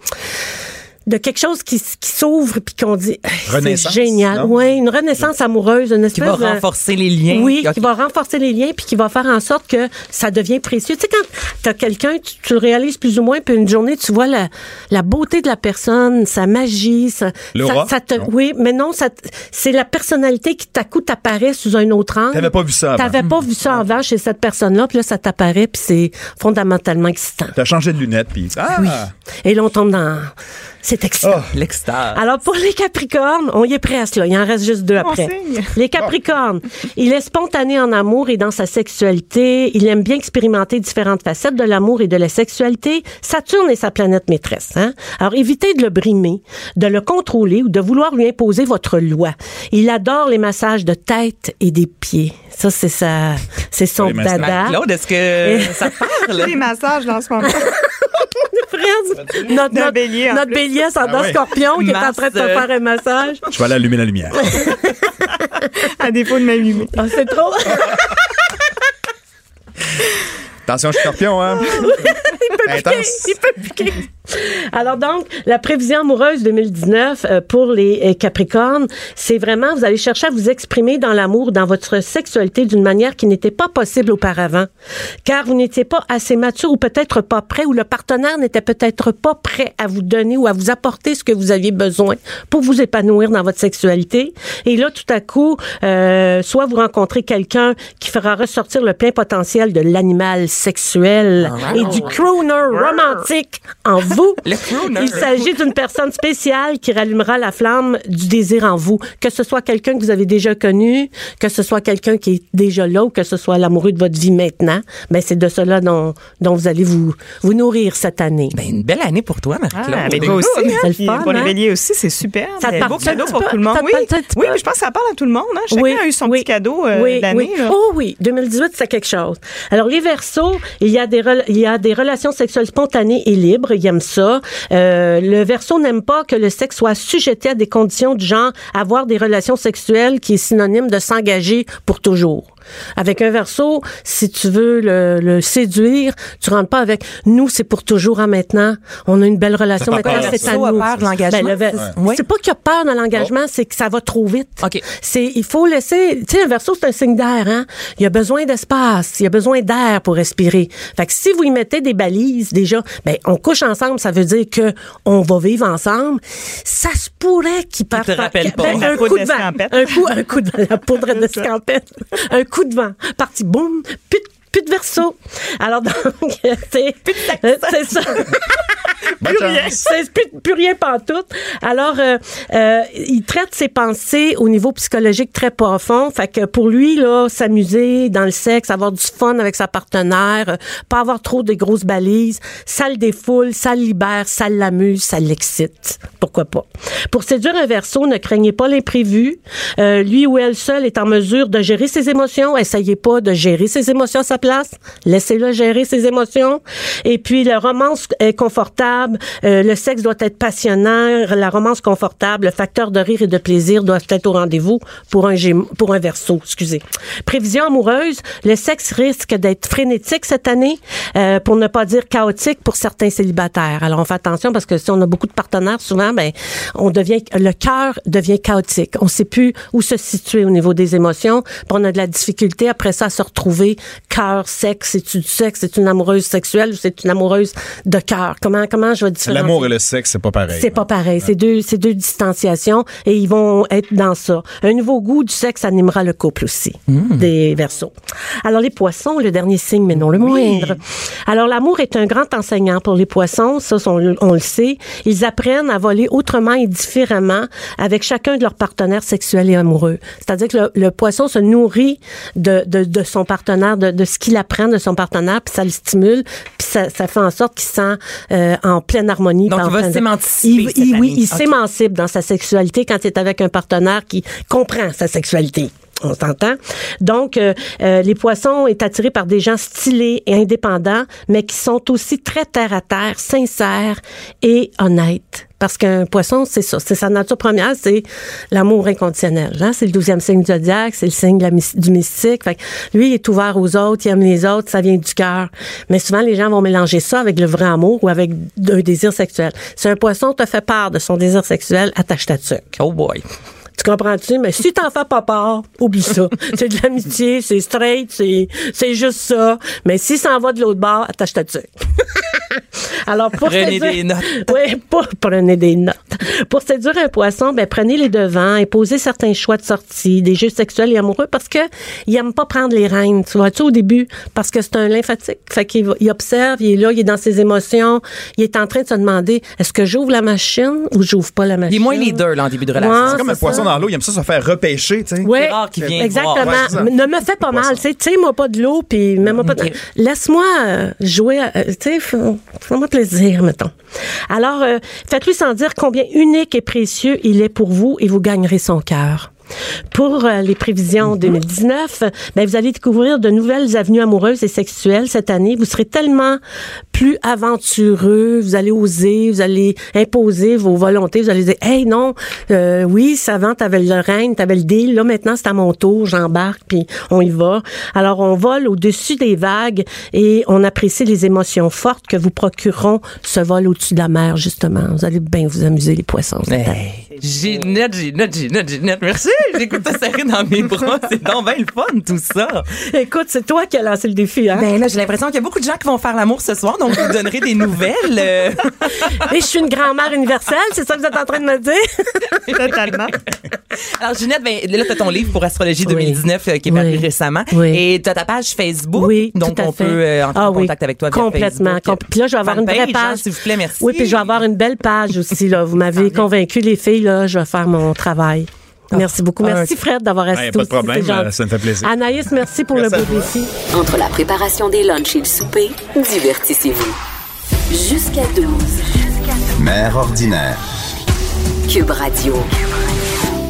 S6: de quelque chose qui, qui s'ouvre puis qu'on dit c'est
S5: Renaissance,
S6: génial.
S5: non?
S6: Oui, une renaissance amoureuse, une
S4: Qui
S6: espèce
S4: va
S6: de-
S4: renforcer les liens.
S6: Oui,
S4: OK.
S6: qui va renforcer les liens puis qui va faire en sorte que ça devient précieux. Tu sais, quand t'as quelqu'un, tu, tu le réalises plus ou moins, puis une journée, tu vois la, la beauté de la personne, sa magie, ça,
S5: L'aura?
S6: ça, ça te,
S5: Non.
S6: oui, mais non, ça, te- c'est la personnalité qui, à coup, t'apparaît sous un autre angle.
S5: T'avais pas vu ça avant.
S6: T'avais pas vu ça avant chez cette personne-là, puis là, ça t'apparaît, puis c'est fondamentalement excitant.
S5: T'as changé de lunettes, puis ah!
S6: Et là, on tombe dans... C'est excitant.
S5: Oh.
S4: L'extase.
S6: Alors, pour les Capricornes, on y est presque, là. Il en reste juste deux
S7: Bon
S6: après.
S7: signe.
S6: Les Capricornes, il est spontané en amour et dans sa sexualité. Il aime bien expérimenter différentes facettes de l'amour et de la sexualité. Saturne est sa planète maîtresse, hein. Alors, évitez de le brimer, de le contrôler ou de vouloir lui imposer votre loi. Il adore les massages de tête et des pieds. Ça, c'est sa, c'est son
S5: Les massages.
S6: dada.
S4: Claude, est-ce que ça parle?
S7: Les massages dans ce moment.
S6: Fred, notre,
S7: D'un
S6: notre,
S7: bélier, en
S6: notre
S7: plus.
S6: bélier ascendant
S5: Ah ouais.
S6: scorpion qui est en train de te
S4: Masse, euh,
S6: faire un massage.
S5: Je vais aller allumer la lumière.
S7: À défaut de m'allumer.
S6: Ah, c'est trop.
S5: Attention, scorpion, hein? Intense.
S6: Il peut piquer. Alors donc, la prévision amoureuse deux mille dix-neuf euh, pour les euh, Capricornes, c'est vraiment, vous allez chercher à vous exprimer dans l'amour, dans votre sexualité d'une manière qui n'était pas possible auparavant. Car vous n'étiez pas assez mature ou peut-être pas prêt, ou le partenaire n'était peut-être pas prêt à vous donner ou à vous apporter ce que vous aviez besoin pour vous épanouir dans votre sexualité. Et là, tout à coup, euh, soit vous rencontrez quelqu'un qui fera ressortir le plein potentiel de l'animal sexuel et du crooner romantique en vous.
S4: Le crooner.
S6: Il s'agit d'une personne spéciale qui rallumera la flamme du désir en vous. Que ce soit quelqu'un que vous avez déjà connu, que ce soit quelqu'un qui est déjà là ou que ce soit l'amoureux de votre vie maintenant, ben c'est de cela dont, dont vous allez vous, vous nourrir cette année.
S4: Ben, une belle année pour toi, Marc-Claude.
S7: Ah, mais toi aussi, hein?
S6: C'est le
S7: Puis
S6: fun,
S7: pour les
S6: hein?
S7: béliers aussi, c'est super.
S6: Ça te
S7: C'est
S6: parle-
S7: beau cadeau
S6: ça te
S7: pour
S6: parle-
S7: tout le monde.
S6: ça te
S7: Oui,
S6: parle- ça te
S7: oui,
S6: parle-
S7: mais je pense que ça parle à tout le monde. Hein? Chacun
S6: Oui,
S7: a eu son
S6: oui.
S7: petit cadeau euh,
S6: Oui,
S7: de l'année.
S6: oui.
S7: là.
S6: Oh oui, deux mille dix-huit, c'est quelque chose. Alors, les Verseaux, il y a des, rela- il y a des relations sexuelles spontanées et libres. Ils aiment ça. Euh, le Verseau n'aime pas que le sexe soit sujeté à des conditions du genre avoir des relations sexuelles qui est synonyme de s'engager pour toujours. Avec un Verseau, si tu veux le, le séduire, tu rentres pas avec nous, c'est pour toujours en maintenant. On a une belle relation
S5: Ça fait
S6: maintenant,
S5: peur.
S6: c'est à
S4: Verseau a
S6: nous.
S4: peur de l'engagement,
S6: Ben, le Ver-
S4: c'est ça?
S6: c'est pas qu'il y a peur de l'engagement, c'est que ça va trop vite.
S4: OK.
S6: C'est, il faut laisser, tu sais, un Verseau, c'est un signe d'air, hein. Il y a besoin d'espace, il y a besoin d'air pour respirer. Fait que si vous y mettez des balises, déjà, ben, on couche ensemble, ça veut dire que on va vivre ensemble. Ça se pourrait qu'il parte.
S4: te rappelle pas.
S6: Ben,
S7: La
S6: un
S7: poudre
S6: coup de vent.
S7: d'escampette.
S6: Un coup, un coup de vent. La poudre d'escampette. Un coup de vent. Parti, boum, plus de plus de Verseau. Alors, donc, c'est, c'est ça.
S5: Bonne
S6: Plus rien.
S5: chance.
S6: C'est plus, plus rien pantoute. Alors, euh, euh, il traite ses pensées au niveau psychologique très profond. Fait que pour lui, là, s'amuser dans le sexe, avoir du fun avec sa partenaire, euh, pas avoir trop de grosses balises, ça le défoule, ça le libère, ça l'amuse, ça l'excite. Pourquoi pas? Pour séduire un Verseau, ne craignez pas l'imprévu. Euh, lui ou elle seul est en mesure de gérer ses émotions. Essayez pas de gérer ses émotions à sa place. Laissez-le gérer ses émotions. Et puis, la romance est confortable. Euh, le sexe doit être passionnant. La romance confortable. Le facteur de rire et de plaisir doit être au rendez-vous pour un Gémeaux- pour un Verseau, excusez. Prévision amoureuse. Le sexe risque d'être frénétique cette année, euh, pour ne pas dire chaotique pour certains célibataires. Alors, on fait attention parce que si on a beaucoup de partenaires, souvent, ben, on devient, le cœur devient chaotique. On sait plus où se situer au niveau des émotions. Puis on a de la difficulté après ça à se retrouver cœur, sexe, c'est-tu du sexe, c'est une amoureuse sexuelle ou c'est une amoureuse de cœur? Comment, comment je vais différencier?
S5: L'amour et le sexe, c'est pas pareil.
S6: C'est pas pareil. C'est deux, c'est deux distanciations et ils vont être dans ça. Un nouveau goût du sexe animera le couple aussi.
S5: Mmh.
S6: Des Verseaux. Alors, les Poissons, le dernier signe, mais non le moindre. Alors, l'amour est un grand enseignant pour les Poissons. Ça, on, on le sait. Ils apprennent à voler autrement et différemment avec chacun de leurs partenaires sexuels et amoureux. C'est-à-dire que le, le Poisson se nourrit de, de, de son partenaire, de, de ce qu'il apprend de son partenaire, puis ça le stimule, puis ça, ça fait en sorte qu'il se sent euh, en pleine harmonie.
S4: Donc,
S6: puis en
S4: il va
S6: pleine-
S4: s'émanciper
S6: Il,
S4: cette
S6: il- oui,
S4: année.
S6: il
S4: OK.
S6: s'émancipe dans sa sexualité quand il est avec un partenaire qui comprend sa sexualité. On s'entend. Donc, euh, euh, les Poissons est attiré par des gens stylés et indépendants, mais qui sont aussi très terre-à-terre, sincères et honnêtes. Parce qu'un Poisson, c'est ça. C'est sa nature première, c'est l'amour inconditionnel. Hein? C'est le douzième signe du zodiaque, c'est le signe de la, mys- du mystique. Fait que lui, il est ouvert aux autres, il aime les autres, ça vient du cœur. Mais souvent, les gens vont mélanger ça avec le vrai amour ou avec un désir sexuel. Si un Poisson te fait part de son désir sexuel, attache ta tuque.
S4: Oh boy.
S6: Tu comprends-tu? Mais si t'en fais pas part, oublie ça. C'est de l'amitié, c'est straight, c'est, c'est juste ça. Mais si ça en va de l'autre bord, attache ta tuque. Alors, pour
S4: Prenez
S6: séduire-
S4: des notes.
S6: Oui, pour prenez des notes. Pour séduire un Poisson, ben, prenez les devants et posez certains choix de sortie, des jeux sexuels et amoureux parce que il aime pas prendre les rênes, tu vois-tu, au début, parce que c'est un lymphatique. Fait qu'il va- il observe, il est là, il est dans ses émotions, il est en train de se demander, est-ce que j'ouvre la machine ou j'ouvre pas la machine?
S4: Il est moins leader, là, en début de relation.
S6: Ouais.
S5: C'est comme un
S6: c'est
S5: poisson
S6: ça.
S5: dans l'eau, il aime ça se faire repêcher, tu sais.
S6: Oui,
S4: C'est rare qu'il vienne
S6: exactement.
S4: voir.
S5: Ouais, c'est ça.
S6: Ne me fais pas
S5: Poisson.
S6: mal, tu sais, tire-moi pas de l'eau, puis même pas.
S4: Ok.
S6: De... Laisse-moi euh, jouer, euh, tu sais, fais- fais-moi plaisir, mettons. Alors, euh, faites-lui sans dire combien unique et précieux il est pour vous, et vous gagnerez son cœur. Pour euh, les prévisions deux mille dix-neuf, ben, vous allez découvrir de nouvelles avenues amoureuses et sexuelles cette année. Vous serez tellement plus aventureux, vous allez oser, vous allez imposer vos volontés, vous allez dire, hey non, euh, oui, avant t'avais le règne, t'avais le deal, là maintenant c'est à mon tour, j'embarque, puis on y va. Alors on vole au-dessus des vagues et on apprécie les émotions fortes que vous procureront ce vol au-dessus de la mer, justement. Vous allez bien vous amuser, les Poissons. cette année.
S4: Hey, Ginette, Ginette, Ginette, Ginette, merci. J'écoute ça serré dans mes bras. C'est donc bien le fun, tout ça.
S6: Écoute, c'est toi qui as lancé le défi, hein?
S4: Ben là, j'ai l'impression qu'il y a beaucoup de gens qui vont faire l'amour ce soir, donc je vous donnerai des nouvelles. euh.
S6: Et je suis une grand-mère universelle, c'est ça que vous êtes en train de me dire?
S7: Totalement.
S4: Alors, Ginette, ben, là, t'as ton livre pour Astrologie
S6: Oui.
S4: deux mille dix-neuf euh, qui est
S6: Oui.
S4: paru récemment.
S6: Oui.
S4: Et t'as ta page Facebook.
S6: Oui,
S4: donc
S6: tout à
S4: on
S6: fait.
S4: peut euh, entrer
S6: Ah
S4: en
S6: oui,
S4: contact avec toi via
S6: complètement.
S4: Facebook.
S6: Com- Puis là, je vais avoir une vraie
S4: Fanpage, hein,
S6: page.
S4: s'il vous plaît, merci.
S6: Oui, puis je vais avoir une belle page aussi, là. Vous m'avez convaincu, les filles, là. Je vais faire mon travail. Merci beaucoup. Merci, Fred, d'avoir
S5: Ouais,
S6: assisté.
S5: pas de problème,
S6: C'était gentil.
S5: euh, ça me fait plaisir.
S6: Anaïs, merci pour
S5: Merci
S6: le
S5: à
S6: beau
S5: toi.
S6: défi.
S2: Entre la préparation des lunchs et le souper, divertissez-vous. Jusqu'à douze.
S3: Mère ordinaire.
S2: Cube Radio.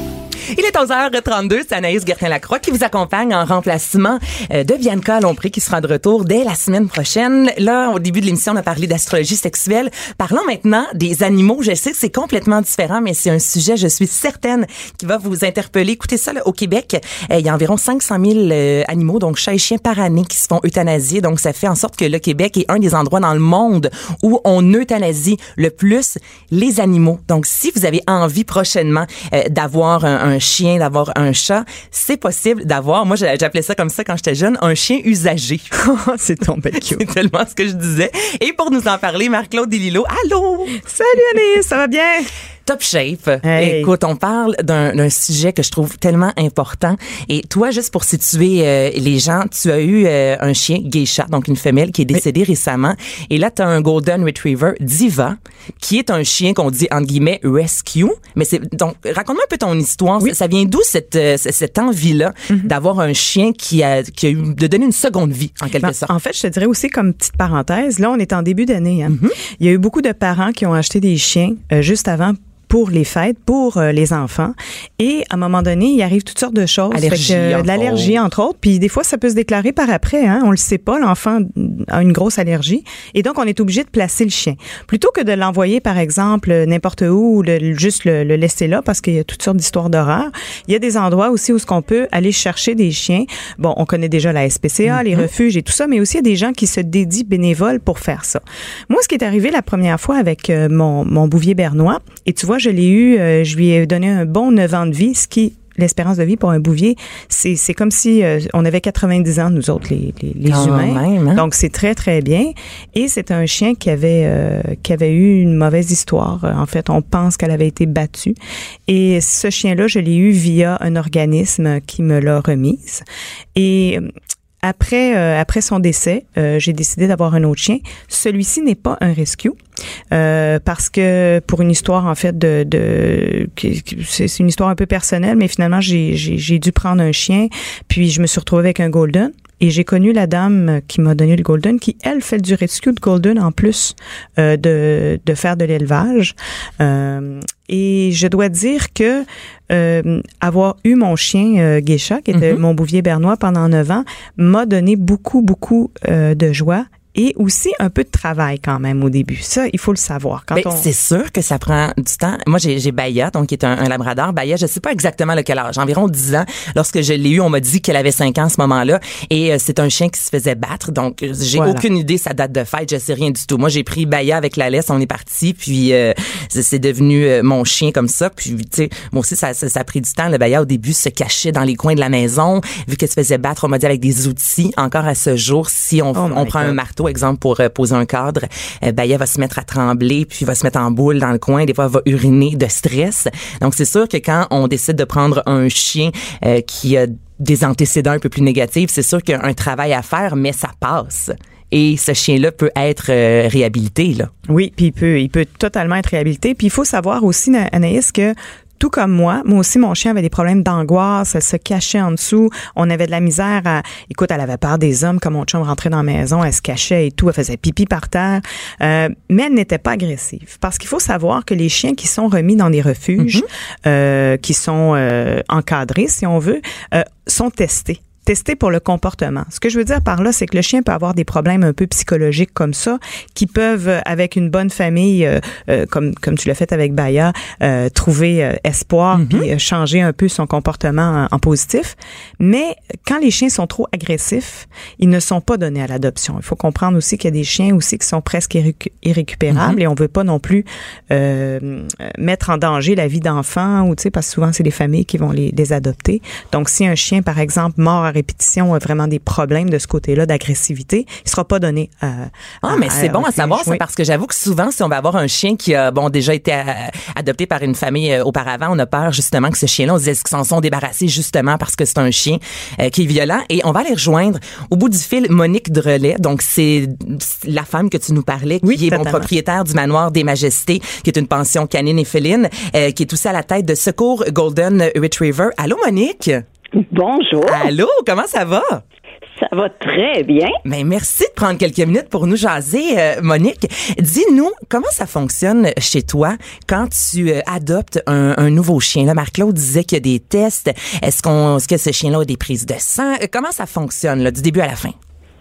S4: Il est onze heures trente-deux, c'est Anaïs Gertin-Lacroix qui vous accompagne en remplacement euh, de Bianca Lompré qui sera de retour dès la semaine prochaine. Là, au début de l'émission, on a parlé d'astrologie sexuelle. Parlons maintenant des animaux. Je sais que c'est complètement différent, mais c'est un sujet, je suis certaine, qui va vous interpeller. Écoutez ça, là, au Québec, euh, il y a environ cinq cent mille euh, animaux, donc chats et chiens par année, qui se font euthanasier. Donc, ça fait en sorte que le Québec est un des endroits dans le monde où on euthanasie le plus les animaux. Donc, si vous avez envie prochainement euh, d'avoir un, un chien, d'avoir un chat, c'est possible d'avoir, moi j'appelais ça comme ça quand j'étais jeune, un chien usagé.
S7: C'est tombé cute.
S4: C'est tellement ce que je disais. Et pour nous en parler, Marc-Claude Delillo, allô!
S7: Salut Anaïs, ça va bien?
S4: Top shape.
S7: Hey.
S4: Écoute, on parle d'un, d'un sujet que je trouve tellement important. Et toi, juste pour situer euh, les gens, tu as eu euh, un chien Geisha, donc une femelle qui est décédée oui. récemment. Et là, tu as un Golden Retriever Diva, qui est un chien qu'on dit, entre guillemets, rescue. Mais c'est donc, raconte-moi un peu ton histoire. Oui. Ça, ça vient d'où cette, euh, cette envie-là mm-hmm. d'avoir un chien qui a, qui a eu, de donner une seconde vie, en quelque ben, sorte?
S7: En fait, je te dirais aussi comme petite parenthèse, là, on est en début d'année. Hein. Mm-hmm. Il y a eu beaucoup de parents qui ont acheté des chiens euh, juste avant pour les fêtes, pour euh, les enfants. Et à un moment donné, il arrive toutes sortes de choses.
S4: Allergie,
S7: fait que, euh, de l'allergie, entre autres. Puis des fois, ça peut se déclarer par après. Hein? On le sait pas, l'enfant a une grosse allergie. Et donc, on est obligé de placer le chien. Plutôt que de l'envoyer, par exemple, n'importe où ou le, juste le, le laisser là, parce qu'il y a toutes sortes d'histoires d'horreur. Il y a des endroits aussi où ce qu'on peut aller chercher des chiens. Bon, on connaît déjà la S P C A, mm-hmm. les refuges et tout ça, mais aussi il y a des gens qui se dédient bénévoles pour faire ça. Moi, ce qui est arrivé la première fois avec euh, mon, mon bouvier bernois, et tu vois, je l'ai eu, euh, je lui ai donné un bon neuf ans de vie, ce qui, l'espérance de vie pour un bouvier, c'est, c'est comme si euh, on avait quatre-vingt-dix ans, nous autres, les, les, les humains.
S4: Même, hein?
S7: Donc, c'est très, très bien. Et c'est un chien qui avait, euh, qui avait eu une mauvaise histoire. En fait, on pense qu'elle avait été battue. Et ce chien-là, je l'ai eu via un organisme qui me l'a remise. Et Après, euh, après son décès, euh, j'ai décidé d'avoir un autre chien. Celui-ci n'est pas un rescue euh, parce que pour une histoire en fait de, de c'est, c'est une histoire un peu personnelle, mais finalement j'ai, j'ai, j'ai dû prendre un chien, puis je me suis retrouvée avec un golden. Et j'ai connu la dame qui m'a donné le golden, qui elle fait du rescue de golden en plus euh, de de faire de l'élevage. Euh, et je dois dire que euh, avoir eu mon chien euh, Geisha, qui était mm-hmm. mon bouvier bernois pendant neuf ans, m'a donné beaucoup beaucoup euh, de joie. Et aussi un peu de travail quand même au début. Ça, il faut le savoir. Quand
S4: ben,
S7: on...
S4: C'est sûr que ça prend du temps. Moi, j'ai, j'ai Baya, donc qui est un, un labrador. Baya, je sais pas exactement le quel âge, environ dix ans. Lorsque je l'ai eu, on m'a dit qu'elle avait cinq ans à ce moment-là. Et euh, c'est un chien qui se faisait battre. Donc, j'ai voilà. aucune idée sa date de fête. Je sais rien du tout. Moi, j'ai pris Baya avec la laisse. On est parti. Puis, euh, c'est, c'est devenu euh, mon chien comme ça. Puis, tu sais, moi aussi, ça, ça, ça a pris du temps. Le Baya, au début, se cachait dans les coins de la maison. Vu qu'elle se faisait battre, on m'a dit avec des outils. Encore à ce jour, si on, oh on prend God. un marteau, exemple, pour euh, poser un cadre, euh, Baya va se mettre à trembler, puis va se mettre en boule dans le coin. Des fois, elle va uriner de stress. Donc, c'est sûr que quand on décide de prendre un chien euh, qui a des antécédents un peu plus négatifs, c'est sûr qu'il y a un travail à faire, mais ça passe. Et ce chien-là peut être euh, réhabilité, là.
S7: Oui, puis il peut, il peut totalement être réhabilité. Puis il faut savoir aussi, Anaïs, que tout comme moi, moi aussi, mon chien avait des problèmes d'angoisse, elle se cachait en dessous, on avait de la misère à... Écoute, elle avait peur des hommes, quand mon chum rentrait dans la maison, elle se cachait et tout, elle faisait pipi par terre, euh, mais elle n'était pas agressive. Parce qu'il faut savoir que les chiens qui sont remis dans des refuges, mm-hmm. euh, qui sont euh, encadrés, si on veut, euh, sont testés. Testé pour le comportement. Ce que je veux dire par là, c'est que le chien peut avoir des problèmes un peu psychologiques comme ça, qui peuvent, avec une bonne famille, euh, euh, comme comme tu l'as fait avec Baya, euh, trouver euh, espoir mm-hmm. puis euh, changer un peu son comportement en, en positif. Mais quand les chiens sont trop agressifs, ils ne sont pas donnés à l'adoption. Il faut comprendre aussi qu'il y a des chiens aussi qui sont presque irrécu- irrécupérables mm-hmm. et on veut pas non plus euh, mettre en danger la vie d'enfants, ou tu sais, parce que souvent c'est les familles qui vont les, les adopter. Donc si un chien, par exemple, mort à répétition a vraiment des problèmes de ce côté-là d'agressivité, il sera pas donné à...
S4: Ah,
S7: à,
S4: mais c'est
S7: à,
S4: bon à, à savoir
S7: oui.
S4: ça, parce que j'avoue que souvent, si on va avoir un chien qui a, bon, déjà été à, adopté par une famille euh, auparavant, on a peur justement que ce chien-là, on se dise qu'ils s'en sont débarrassés justement parce que c'est un chien euh, qui est violent. Et on va aller rejoindre au bout du fil Monique Drolet. Donc, c'est la femme que tu nous parlais, qui oui, est mon propriétaire du manoir des Majestés, qui est une pension canine et féline, euh, qui est aussi à la tête de Secours Golden Retriever. Allô, Monique?
S8: Bonjour.
S4: Allô, comment ça va?
S8: Ça va très bien.
S4: Mais merci de prendre quelques minutes pour nous jaser, euh, Monique. Dis-nous, comment ça fonctionne chez toi quand tu euh, adoptes un, un nouveau chien? Là, Marc-Claude disait qu'il y a des tests. Est-ce qu'on, est-ce que ce chien-là a des prises de sang? Comment ça fonctionne, là, du début à la fin?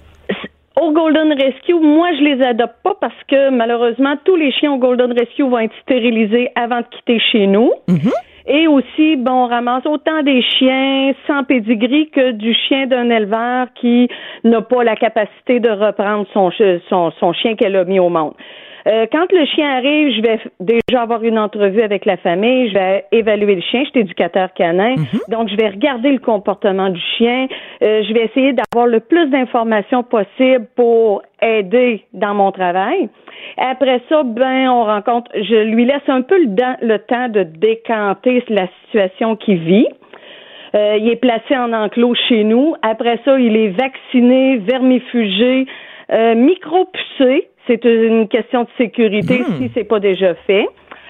S8: Au Golden Rescue, moi, je les adopte pas parce que, malheureusement, tous les chiens au Golden Rescue vont être stérilisés avant de quitter chez nous. Mm-hmm. Et aussi, bon, on ramasse autant des chiens sans pédigree que du chien d'un éleveur qui n'a pas la capacité de reprendre son, son, son chien qu'elle a mis au monde. Euh, quand le chien arrive, je vais déjà avoir une entrevue avec la famille, je vais évaluer le chien, je suis éducateur canin, mm-hmm. donc je vais regarder le comportement du chien, euh, je vais essayer d'avoir le plus d'informations possible pour aider dans mon travail. Après ça, ben, on rencontre, je lui laisse un peu le, le temps de décanter la situation qu'il vit. Euh, il est placé en enclos chez nous. Après ça, il est vacciné, vermifugé, euh, micro-pucé. C'est une question de sécurité mmh. si c'est pas déjà fait.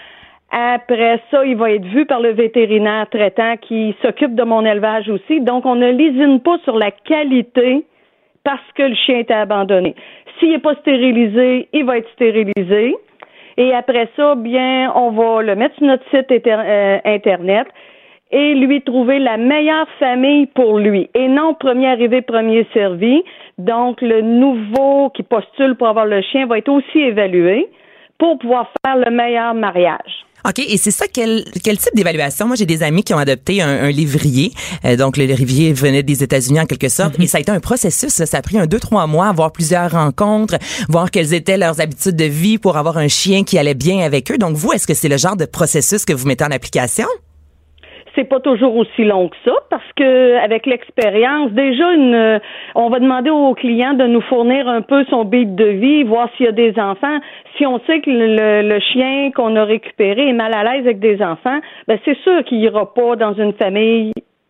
S8: Après ça, il va être vu par le vétérinaire traitant qui s'occupe de mon élevage aussi. Donc, on ne lésine pas sur la qualité parce que le chien était abandonné. S'il n'est pas stérilisé, il va être stérilisé. Et après ça, bien, on va le mettre sur notre site inter- euh, Internet et lui trouver la meilleure famille pour lui. Et non premier arrivé, premier servi. Donc, le nouveau qui postule pour avoir le chien va être aussi évalué pour pouvoir faire le meilleur mariage.
S4: OK, et c'est ça, quel, quel type d'évaluation? Moi, j'ai des amis qui ont adopté un, un lévrier. Euh, donc, le lévrier venait des États-Unis en quelque sorte. Mm-hmm. Et ça a été un processus. Là, ça a pris un deux, trois mois, avoir plusieurs rencontres, voir quelles étaient leurs habitudes de vie pour avoir un chien qui allait bien avec eux. Donc, vous, est-ce que c'est le genre de processus que vous mettez en application?
S8: C'est pas toujours aussi long que ça parce que avec l'expérience, déjà une, on va demander au client de nous fournir un peu son beat de vie, voir s'il y a des enfants. Si on sait que le, le chien qu'on a récupéré est mal à l'aise avec des enfants, ben c'est sûr qu'il ira pas dans une famille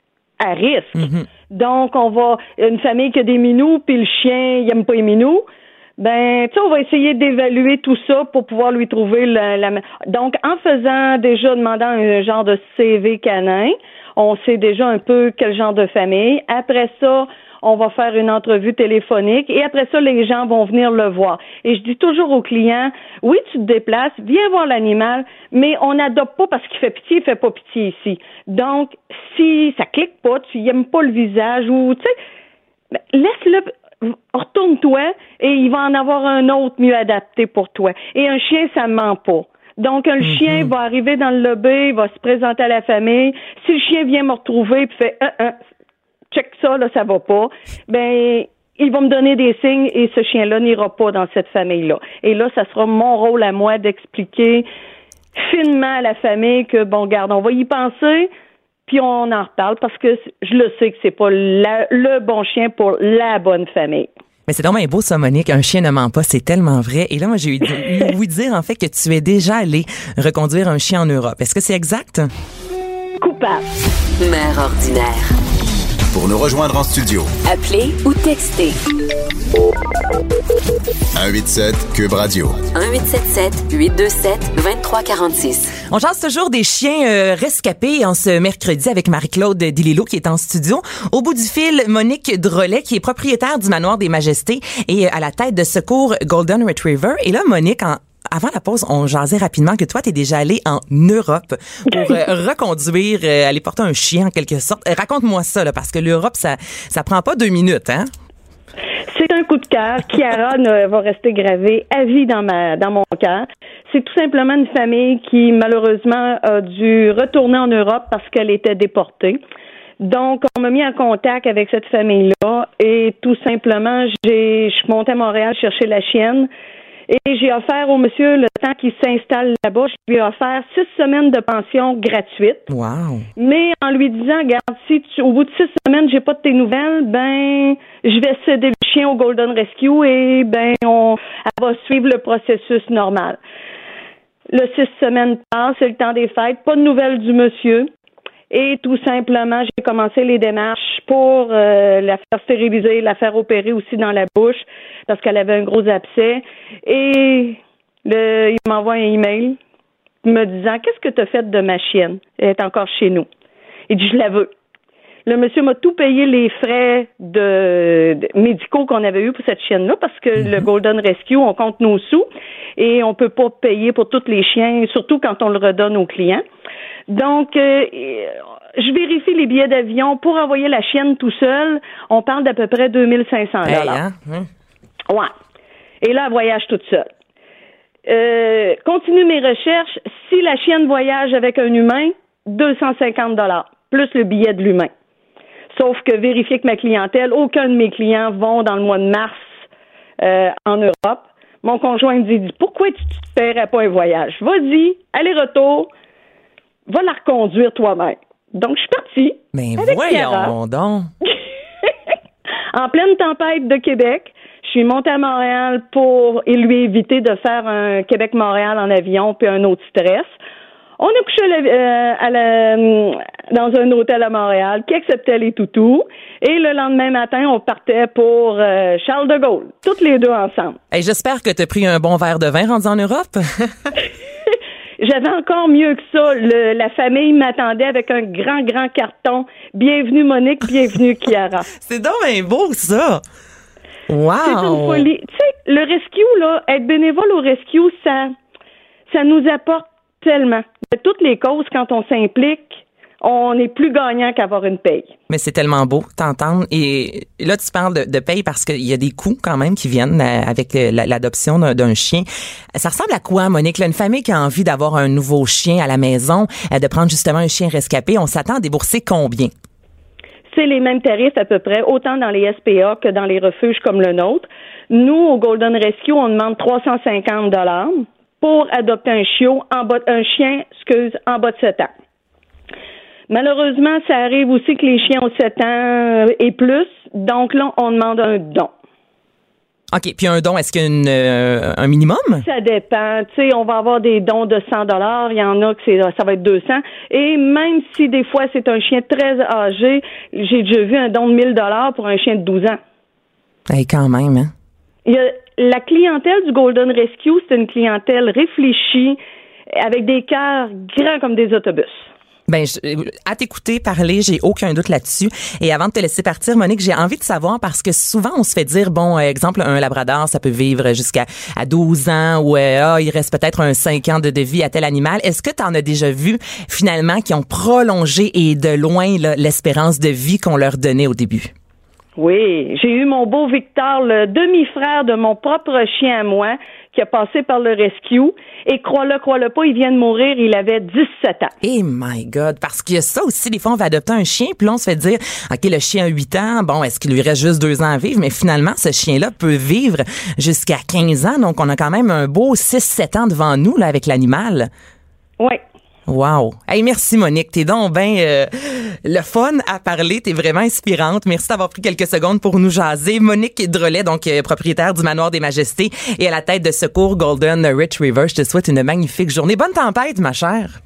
S8: à risque. Mm-hmm. Donc on va une famille qui a des minous puis le chien il aime pas les minous. Ben, tu sais, on va essayer d'évaluer tout ça pour pouvoir lui trouver la, la... Donc, en faisant déjà, demandant un genre de C V canin, on sait déjà un peu quel genre de famille. Après ça, on va faire une entrevue téléphonique et après ça, les gens vont venir le voir. Et je dis toujours aux clients, oui, tu te déplaces, viens voir l'animal, mais on n'adopte pas parce qu'il fait pitié, il fait pas pitié ici. Donc, si ça clique pas, tu y aimes pas le visage ou, tu sais, ben, laisse-le... retourne-toi et il va en avoir un autre mieux adapté pour toi. Et un chien, ça ne ment pas. Donc, un mm-hmm. chien va arriver dans le lobby, il va se présenter à la famille. Si le chien vient me retrouver et fait euh, euh, « check ça, là, ça va pas », ben il va me donner des signes et ce chien-là n'ira pas dans cette famille-là. Et là, ça sera mon rôle à moi d'expliquer finement à la famille que, bon, garde, on va y penser, puis on en reparle parce que je le sais que c'est pas la, le bon chien pour la bonne famille.
S4: Mais c'est vraiment beau ça, Monique. Un chien ne ment pas, c'est tellement vrai. Et là, moi, j'ai eu ouï dire en fait que tu es déjà allé reconduire un chien en Europe. Est-ce que c'est exact?
S8: Coupable.
S2: Mère ordinaire.
S3: Pour nous rejoindre en studio,
S2: appelez ou textez.
S3: un huit sept Cube Radio.
S2: un huit sept sept huit deux sept deux trois quatre six.
S4: On jase toujours des chiens euh, rescapés en ce mercredi avec Marie-Claude Dililo qui est en studio. Au bout du fil, Monique Drolet qui est propriétaire du Manoir des Majestés et à la tête de Secours Golden Retriever. Et là, Monique, en avant la pause, on jasait rapidement que toi, t'es déjà allée en Europe pour euh, reconduire, euh, aller porter un chien en quelque sorte. Euh, raconte-moi ça, là, parce que l'Europe, ça ça prend pas deux minutes, hein?
S8: C'est un coup de cœur. Chiara ne, va rester gravée à vie dans ma dans mon cœur. C'est tout simplement une famille qui, malheureusement, a dû retourner en Europe parce qu'elle était déportée. Donc, on m'a mis en contact avec cette famille-là et tout simplement, j'ai je suis montée à Montréal chercher la chienne. Et j'ai offert au monsieur, le temps qu'il s'installe là-bas, je lui ai offert six semaines de pension gratuite.
S4: Wow.
S8: Mais en lui disant, regarde, si tu, au bout de six semaines, j'ai pas de tes nouvelles, ben, je vais céder le chien au Golden Rescue et, ben, on, elle va suivre le processus normal. Le six semaines passe, c'est le temps des fêtes, pas de nouvelles du monsieur. Et tout simplement, j'ai commencé les démarches pour euh, la faire stériliser, la faire opérer aussi dans la bouche parce qu'elle avait un gros abcès. Et le, il m'envoie un email me disant « Qu'est-ce que tu as fait de ma chienne? Elle est encore chez nous. » Il dit « Je la veux. » Le monsieur m'a tout payé les frais de, de médicaux qu'on avait eu pour cette chienne-là parce que mm-hmm. le Golden Rescue, on compte nos sous et on peut pas payer pour tous les chiens, surtout quand on le redonne aux clients. Donc, euh, je vérifie les billets d'avion pour envoyer la chienne tout seul. On parle d'à peu près deux mille cinq cents dollars.
S4: Hey, hein? mmh.
S8: Ouais. Et là, elle voyage toute seule. Euh, continue mes recherches. Si la chienne voyage avec un humain, deux cent cinquante dollars plus le billet de l'humain. Sauf que vérifier que ma clientèle, aucun de mes clients vont dans le mois de mars euh, en Europe. Mon conjoint me dit, pourquoi tu ne paierais pas un voyage? Vas-y, aller-retour, va la reconduire toi-même. Donc, je suis partie.
S4: Mais
S8: avec
S4: voyons
S8: Chiara.
S4: donc.
S8: En pleine tempête de Québec, je suis montée à Montréal pour lui éviter de faire un Québec-Montréal en avion puis un autre stress. On a couché à la, euh, à la, dans un hôtel à Montréal qui acceptait les toutous. Et le lendemain matin, on partait pour euh, Charles de Gaulle, toutes les deux ensemble.
S4: Hey, j'espère que tu as pris un bon verre de vin rendu en Europe.
S8: J'avais encore mieux que ça. Le, la famille m'attendait avec un grand, grand carton. Bienvenue Monique, bienvenue Chiara.
S4: C'est donc bien beau, ça. Wow!
S8: C'est une folie. Tu sais, le rescue, là, être bénévole au rescue, ça, ça nous apporte tellement. De toutes les causes, quand on s'implique, on est plus gagnant qu'avoir une paye.
S4: Mais c'est tellement beau t'entendre. Et là, tu parles de, de paye parce qu'il y a des coûts quand même qui viennent avec l'adoption d'un, d'un chien. Ça ressemble à quoi, Monique? Là, une famille qui a envie d'avoir un nouveau chien à la maison, de prendre justement un chien rescapé, on s'attend à débourser combien?
S8: C'est les mêmes tarifs à peu près, autant dans les S P A que dans les refuges comme le nôtre. Nous, au Golden Rescue, on demande trois cent cinquante dollars pour adopter un chiot en bas, un chien, excuse, en bas de sept ans. Malheureusement, ça arrive aussi que les chiens ont sept ans et plus, donc là, on demande un don.
S4: OK, puis un don, est-ce qu'il y a une, euh, un minimum? Ça
S8: dépend. Tu sais, on va avoir des dons de cent dollars, il y en a que c'est, ça va être deux cents. Et même si des fois c'est un chien très âgé, j'ai déjà vu un don de mille dollars pour un chien de douze ans.
S4: Hey, quand même, hein?
S8: Il y a, la clientèle du Golden Rescue, c'est une clientèle réfléchie, avec des cœurs grands comme des autobus.
S4: Ben, je, à t'écouter parler, j'ai aucun doute là-dessus. Et avant de te laisser partir, Monique, j'ai envie de savoir parce que souvent on se fait dire, bon, exemple, un labrador, ça peut vivre jusqu'à à douze ans ou euh, ah, il reste peut-être un cinq ans de, de vie à tel animal. Est-ce que tu en as déjà vu finalement qui ont prolongé et de loin là, l'espérance de vie qu'on leur donnait au début?
S8: Oui, j'ai eu mon beau Victor, le demi-frère de mon propre chien à moi, qui a passé par le rescue. Et crois-le, crois-le pas, il vient de mourir, il avait dix-sept ans.
S4: Eh my God, parce qu'il y a ça aussi, des fois on va adopter un chien, puis là on se fait dire, OK, le chien a huit ans, bon, est-ce qu'il lui reste juste deux ans à vivre? Mais finalement, ce chien-là peut vivre jusqu'à quinze ans, donc on a quand même un beau six sept ans devant nous là avec l'animal.
S8: Oui.
S4: Wow. Hey, merci Monique, t'es donc ben euh, le fun à parler, t'es vraiment inspirante. Merci d'avoir pris quelques secondes pour nous jaser. Monique Drolet, donc euh, propriétaire du Manoir des Majestés et à la tête de Secours Golden Retriever. Je te souhaite une magnifique journée. Bonne tempête, ma chère.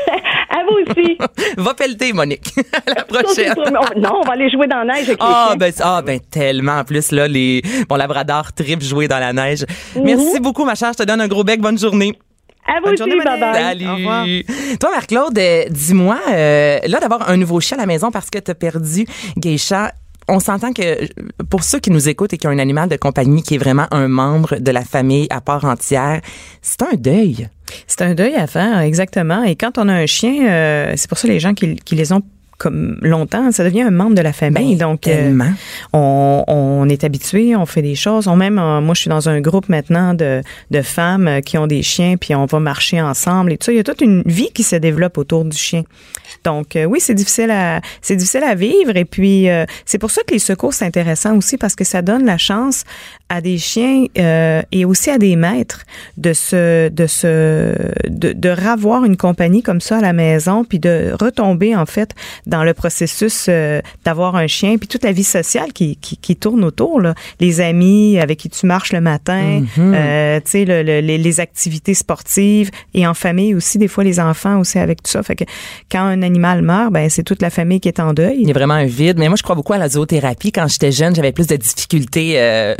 S8: À vous aussi.
S4: Va pelleter, Monique. À la prochaine.
S8: Non, on va aller jouer dans la neige avec
S4: ah,
S8: les
S4: ben, ah, ben, tellement. En plus, là, les, bon, labrador trip jouer dans la neige. Mm-hmm. Merci beaucoup, ma chère. Je te donne un gros bec. Bonne journée.
S8: À vous aussi, bye-bye.
S4: Salut.
S7: Au revoir.
S4: Toi, Marc-Claude, euh, dis-moi, euh, là, d'avoir un nouveau chien à la maison parce que t'as perdu Geisha, on s'entend que pour ceux qui nous écoutent et qui ont un animal de compagnie qui est vraiment un membre de la famille à part entière, c'est un deuil.
S7: C'est un deuil à faire, exactement. Et quand on a un chien, euh, c'est pour ça les gens qui, qui les ont comme longtemps, ça devient un membre de la famille.
S4: Ben,
S7: donc, euh, on, on est habitué, on fait des choses. On même, euh, moi, je suis dans un groupe maintenant de, de femmes qui ont des chiens, puis on va marcher ensemble et tout ça. Il y a toute une vie qui se développe autour du chien. Donc, euh, oui, c'est difficile à, c'est difficile à vivre. Et puis, euh, c'est pour ça que les secours, c'est intéressant aussi parce que ça donne la chance à des chiens euh, et aussi à des maîtres de se, de se, de, de ravoir une compagnie comme ça à la maison, puis de retomber en fait dans le processus euh, d'avoir un chien, puis toute la vie sociale qui, qui, qui tourne autour, là. Les amis avec qui tu marches le matin, mm-hmm. euh, tu sais, le, le, les, les activités sportives et en famille aussi, des fois les enfants aussi avec tout ça. Fait que quand un animal meurt, ben c'est toute la famille qui est en deuil.
S4: Il y a vraiment un vide. Mais moi, je crois beaucoup à la zoothérapie. Quand j'étais jeune, j'avais plus de difficultés, euh, c'était difficile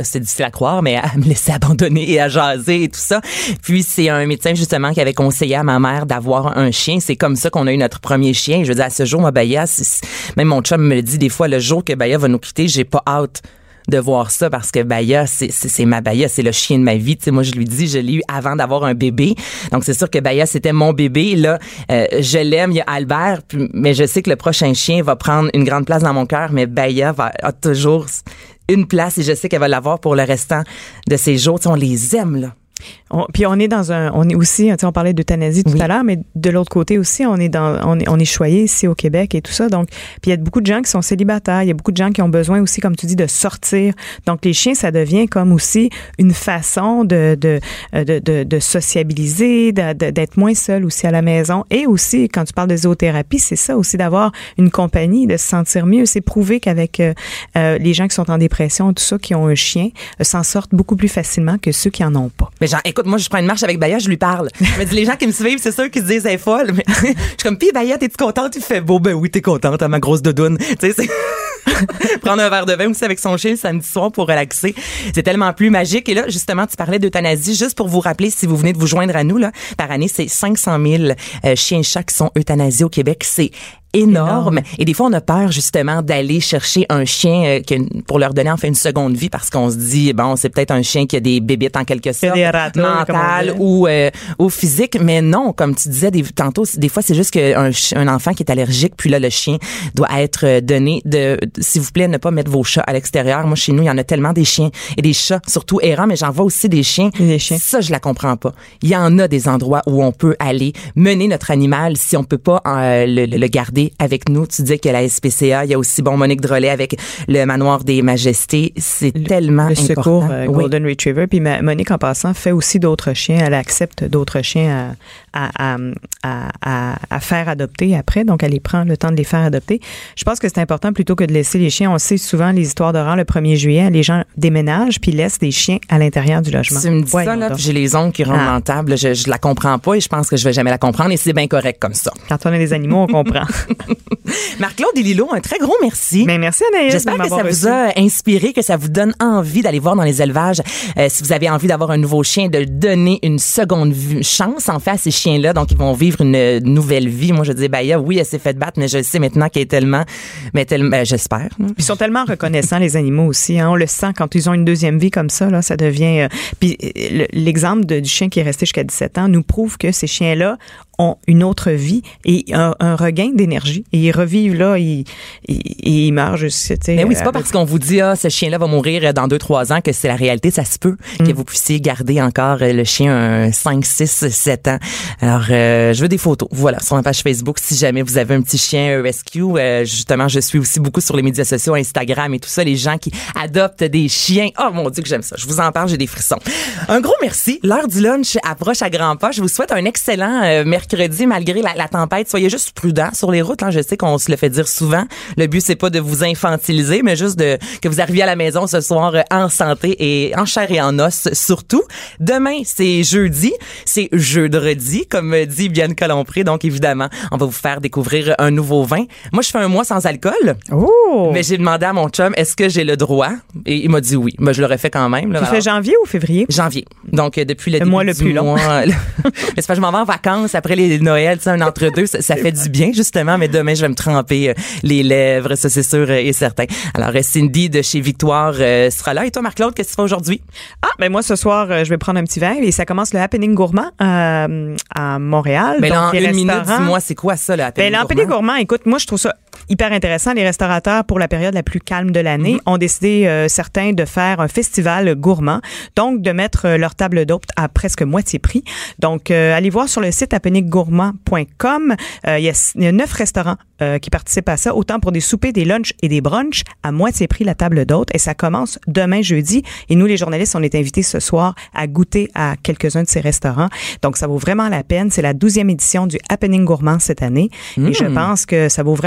S4: difficile à croire, mais à me laisser abandonner et à jaser et tout ça. Puis c'est un médecin justement qui avait conseillé à ma mère d'avoir un chien. C'est comme ça qu'on a eu notre premier chien. Je veux dire, à ce jour, moi, Baya, c'est, même mon chum me le dit des fois, le jour que Baya va nous quitter, j'ai pas hâte de voir ça parce que Baya, c'est, c'est, c'est ma Baya, c'est le chien de ma vie. Tu sais, moi, je lui dis, je l'ai eu avant d'avoir un bébé. Donc, c'est sûr que Baya, c'était mon bébé. Là, euh, je l'aime, il y a Albert, puis, mais je sais que le prochain chien va prendre une grande place dans mon cœur, mais Baya va a toujours une place et je sais qu'elle va l'avoir pour le restant de ses jours. Tu sais, on les aime, là.
S7: On, puis on est dans un, on est aussi, tu sais, on parlait d'euthanasie tout oui. à l'heure, mais de l'autre côté aussi, on est dans, on est, on est choyé ici au Québec et tout ça. Donc, puis il y a beaucoup de gens qui sont célibataires, il y a beaucoup de gens qui ont besoin aussi, comme tu dis, de sortir. Donc, les chiens, ça devient comme aussi une façon de, de, de, de, de sociabiliser, de, de, d'être moins seul aussi à la maison. Et aussi, quand tu parles de zoothérapie, c'est ça aussi d'avoir une compagnie, de se sentir mieux. C'est prouvé qu'avec euh, euh, les gens qui sont en dépression, tout ça, qui ont un chien, euh, s'en sortent beaucoup plus facilement que ceux qui en ont pas.
S4: Mais genre, écoute, moi, je prends une marche avec Baya, je lui parle. Je me dis, les gens qui me suivent, c'est sûr qu'ils se disent, elle est folle. Mais je suis comme, pis Baya, t'es-tu contente? Il fait beau. Ben oui, t'es contente, à ma grosse doudoune. Tu sais, c'est prendre un verre de vin aussi avec son chien le samedi soir pour relaxer. C'est tellement plus magique. Et là, justement, tu parlais d'euthanasie. Juste pour vous rappeler, si vous venez de vous joindre à nous, là, par année, c'est cinq cent mille euh, chiens et chats qui sont euthanasiés au Québec. C'est énorme. énorme. Et des fois, on a peur justement d'aller chercher un chien euh, que, pour leur donner en fait une seconde vie parce qu'on se dit, bon, c'est peut-être un chien qui a des bébites en quelque sorte, mentales ou, euh, ou physiques. Mais non, comme tu disais des, tantôt, des fois, c'est juste qu'un un enfant qui est allergique, puis là, le chien doit être donné. De, de s'il vous plaît, ne pas mettre vos chats à l'extérieur. Moi, chez nous, il y en a tellement des chiens et des chats, surtout errants, mais j'en vois aussi des chiens.
S7: Des chiens.
S4: Ça, je la comprends pas. Il y en a des endroits où on peut aller mener notre animal si on peut pas euh, le, le garder avec nous. Tu disais qu'il y a la S P C A, il y a aussi bon Monique Drolet avec le Manoir des Majestés. C'est le, tellement
S7: le
S4: important.
S7: Secours euh, Golden oui. Retriever. Puis Monique, en passant, fait aussi d'autres chiens. Elle accepte d'autres chiens à, à, à, à, à faire adopter après. Donc, elle les prend le temps de les faire adopter. Je pense que c'est important plutôt que de laisser les chiens. On sait souvent les histoires d'horreur le premier juillet. Les gens déménagent puis laissent des chiens à l'intérieur du logement.
S4: Tu me dis ouais, ça, là, puis j'ai les ongles qui remontent ah. table. Je, je la comprends pas et je pense que je vais jamais la comprendre et c'est bien correct comme ça.
S7: Quand on a des animaux, on comprend.
S4: Marc-Claude et Lilo, un très gros merci.
S7: Mais merci Anaïs.
S4: J'espère que ça reçu. vous a inspiré, que ça vous donne envie d'aller voir dans les élevages. Euh, si vous avez envie d'avoir un nouveau chien, de donner une seconde chance en fait à ces chiens-là, donc ils vont vivre une nouvelle vie. Moi, je dis, Baya, oui, elle s'est fait battre, mais je sais maintenant qu'elle est tellement, mais tellement, ben, j'espère.
S7: Ils sont tellement reconnaissants les animaux aussi. Hein. On le sent quand ils ont une deuxième vie comme ça. Là, ça devient. Euh, puis l'exemple de, du chien qui est resté jusqu'à dix-sept ans nous prouve que ces chiens-là ont une autre vie et un, un regain d'énergie. Et ils revivent là, ils, ils, ils meurent juste.
S4: Mais oui, c'est pas parce qu'on vous dit ah ce chien-là va mourir dans deux trois ans que c'est la réalité. Ça se peut mm. que vous puissiez garder encore le chien un cinq, six, sept ans. Alors, euh, je veux des photos. Voilà, sur ma page Facebook, si jamais vous avez un petit chien rescue. Euh, justement, je suis aussi beaucoup sur les médias sociaux, Instagram et tout ça, les gens qui adoptent des chiens. Oh mon Dieu que j'aime ça. Je vous en parle, j'ai des frissons. Un gros merci. L'heure du lunch approche à grands pas. Je vous souhaite un excellent euh, mercredi malgré la, la tempête. Soyez juste prudents sur les routes. Hein. Je sais qu'on se le fait dire souvent. Le but, c'est pas de vous infantiliser, mais juste de que vous arriviez à la maison ce soir en santé et en chair et en os surtout. Demain, c'est jeudi. C'est jeudredi, comme dit Bianca Lompré. Donc, évidemment, on va vous faire découvrir un nouveau vin. Moi, je fais un mois sans alcool.
S7: Oh!
S4: Mais j'ai demandé à mon chum, est-ce que j'ai le droit? Et il m'a dit oui. Mais je l'aurais fait quand même. Là.
S7: Tu
S4: Alors,
S7: fais janvier ou février?
S4: Janvier. Donc, depuis le,
S7: le
S4: début
S7: mois le
S4: du
S7: plus long.
S4: mois. mais c'est pas, je m'en vais en vacances après les Noël, tu sais, un entre-deux. Ça, ça fait du bien, justement. Mais demain, je vais me tremper euh, les lèvres, ça, c'est sûr euh, et certain. Alors, euh, Cindy de chez Victoire euh, sera là. Et toi, Marc-Claude, qu'est-ce que tu feras aujourd'hui?
S7: Ah, ben moi, ce soir, euh, je vais prendre un petit verre et ça commence le Happening Gourmand euh, à Montréal.
S4: Mais là, en une minute,
S7: restaurants.
S4: dis-moi, c'est quoi ça, le Happening
S7: ben,
S4: Gourmand?
S7: Le Happening Gourmand, écoute, moi, je trouve ça hyper intéressant. Les restaurateurs, pour la période la plus calme de l'année, mm-hmm. ont décidé, euh, certains, de faire un festival gourmand. Donc, de mettre euh, leur table d'hôtes à presque moitié prix. Donc, euh, allez voir sur le site happening gourmand point com. Euh, il, y a, il y a neuf restaurants euh, qui participent à ça, autant pour des soupers, des lunchs et des brunchs, à moitié prix la table d'hôtes. Et ça commence demain jeudi. Et nous, les journalistes, on est invités ce soir à goûter à quelques-uns de ces restaurants. Donc, ça vaut vraiment la peine. C'est la douzième édition du Happening Gourmand cette année. Mm. Et je pense que ça vaut vraiment la peine.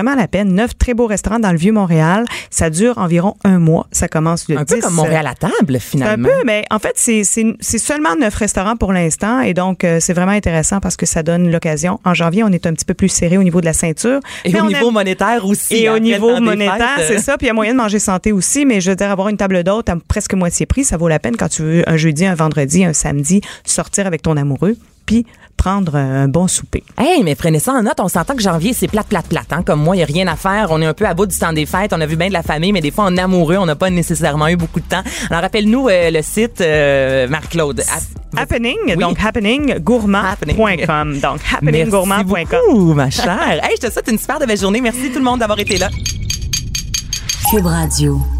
S7: neuf très beaux restaurants dans le Vieux-Montréal. Ça dure environ un mois. Ça commence le
S4: un
S7: dix.
S4: Un peu comme Montréal à table, finalement.
S7: C'est un peu, mais en fait, c'est, c'est, c'est seulement neuf restaurants pour l'instant. Et donc, euh, c'est vraiment intéressant parce que ça donne l'occasion. En janvier, on est un petit peu plus serré au niveau de la ceinture.
S4: Et
S7: mais
S4: au
S7: on
S4: niveau
S7: aime...
S4: monétaire aussi.
S7: Et au niveau monétaire,
S4: fêtes,
S7: c'est ça. Puis il y a moyen de manger santé aussi. Mais je veux dire, avoir une table d'hôte à presque moitié prix, ça vaut la peine quand tu veux un jeudi, un vendredi, un samedi, sortir avec ton amoureux, puis prendre un bon souper.
S4: Hey, mais prenez ça en note. On s'entend que janvier, c'est plate, plate, plate. Hein? Comme moi, il n'y a rien à faire. On est un peu à bout du temps des fêtes. On a vu bien de la famille, mais des fois, en amoureux, on n'a pas nécessairement eu beaucoup de temps. Alors, rappelle-nous euh, le site, euh, Marc-Claude.
S7: Happening,
S4: oui.
S7: donc happening gourmand point com. Donc, happening gourmand point com.
S4: Merci beaucoup, ma chère. Hey, je te souhaite une super belle journée. Merci tout le monde d'avoir été là.
S2: Cube Radio.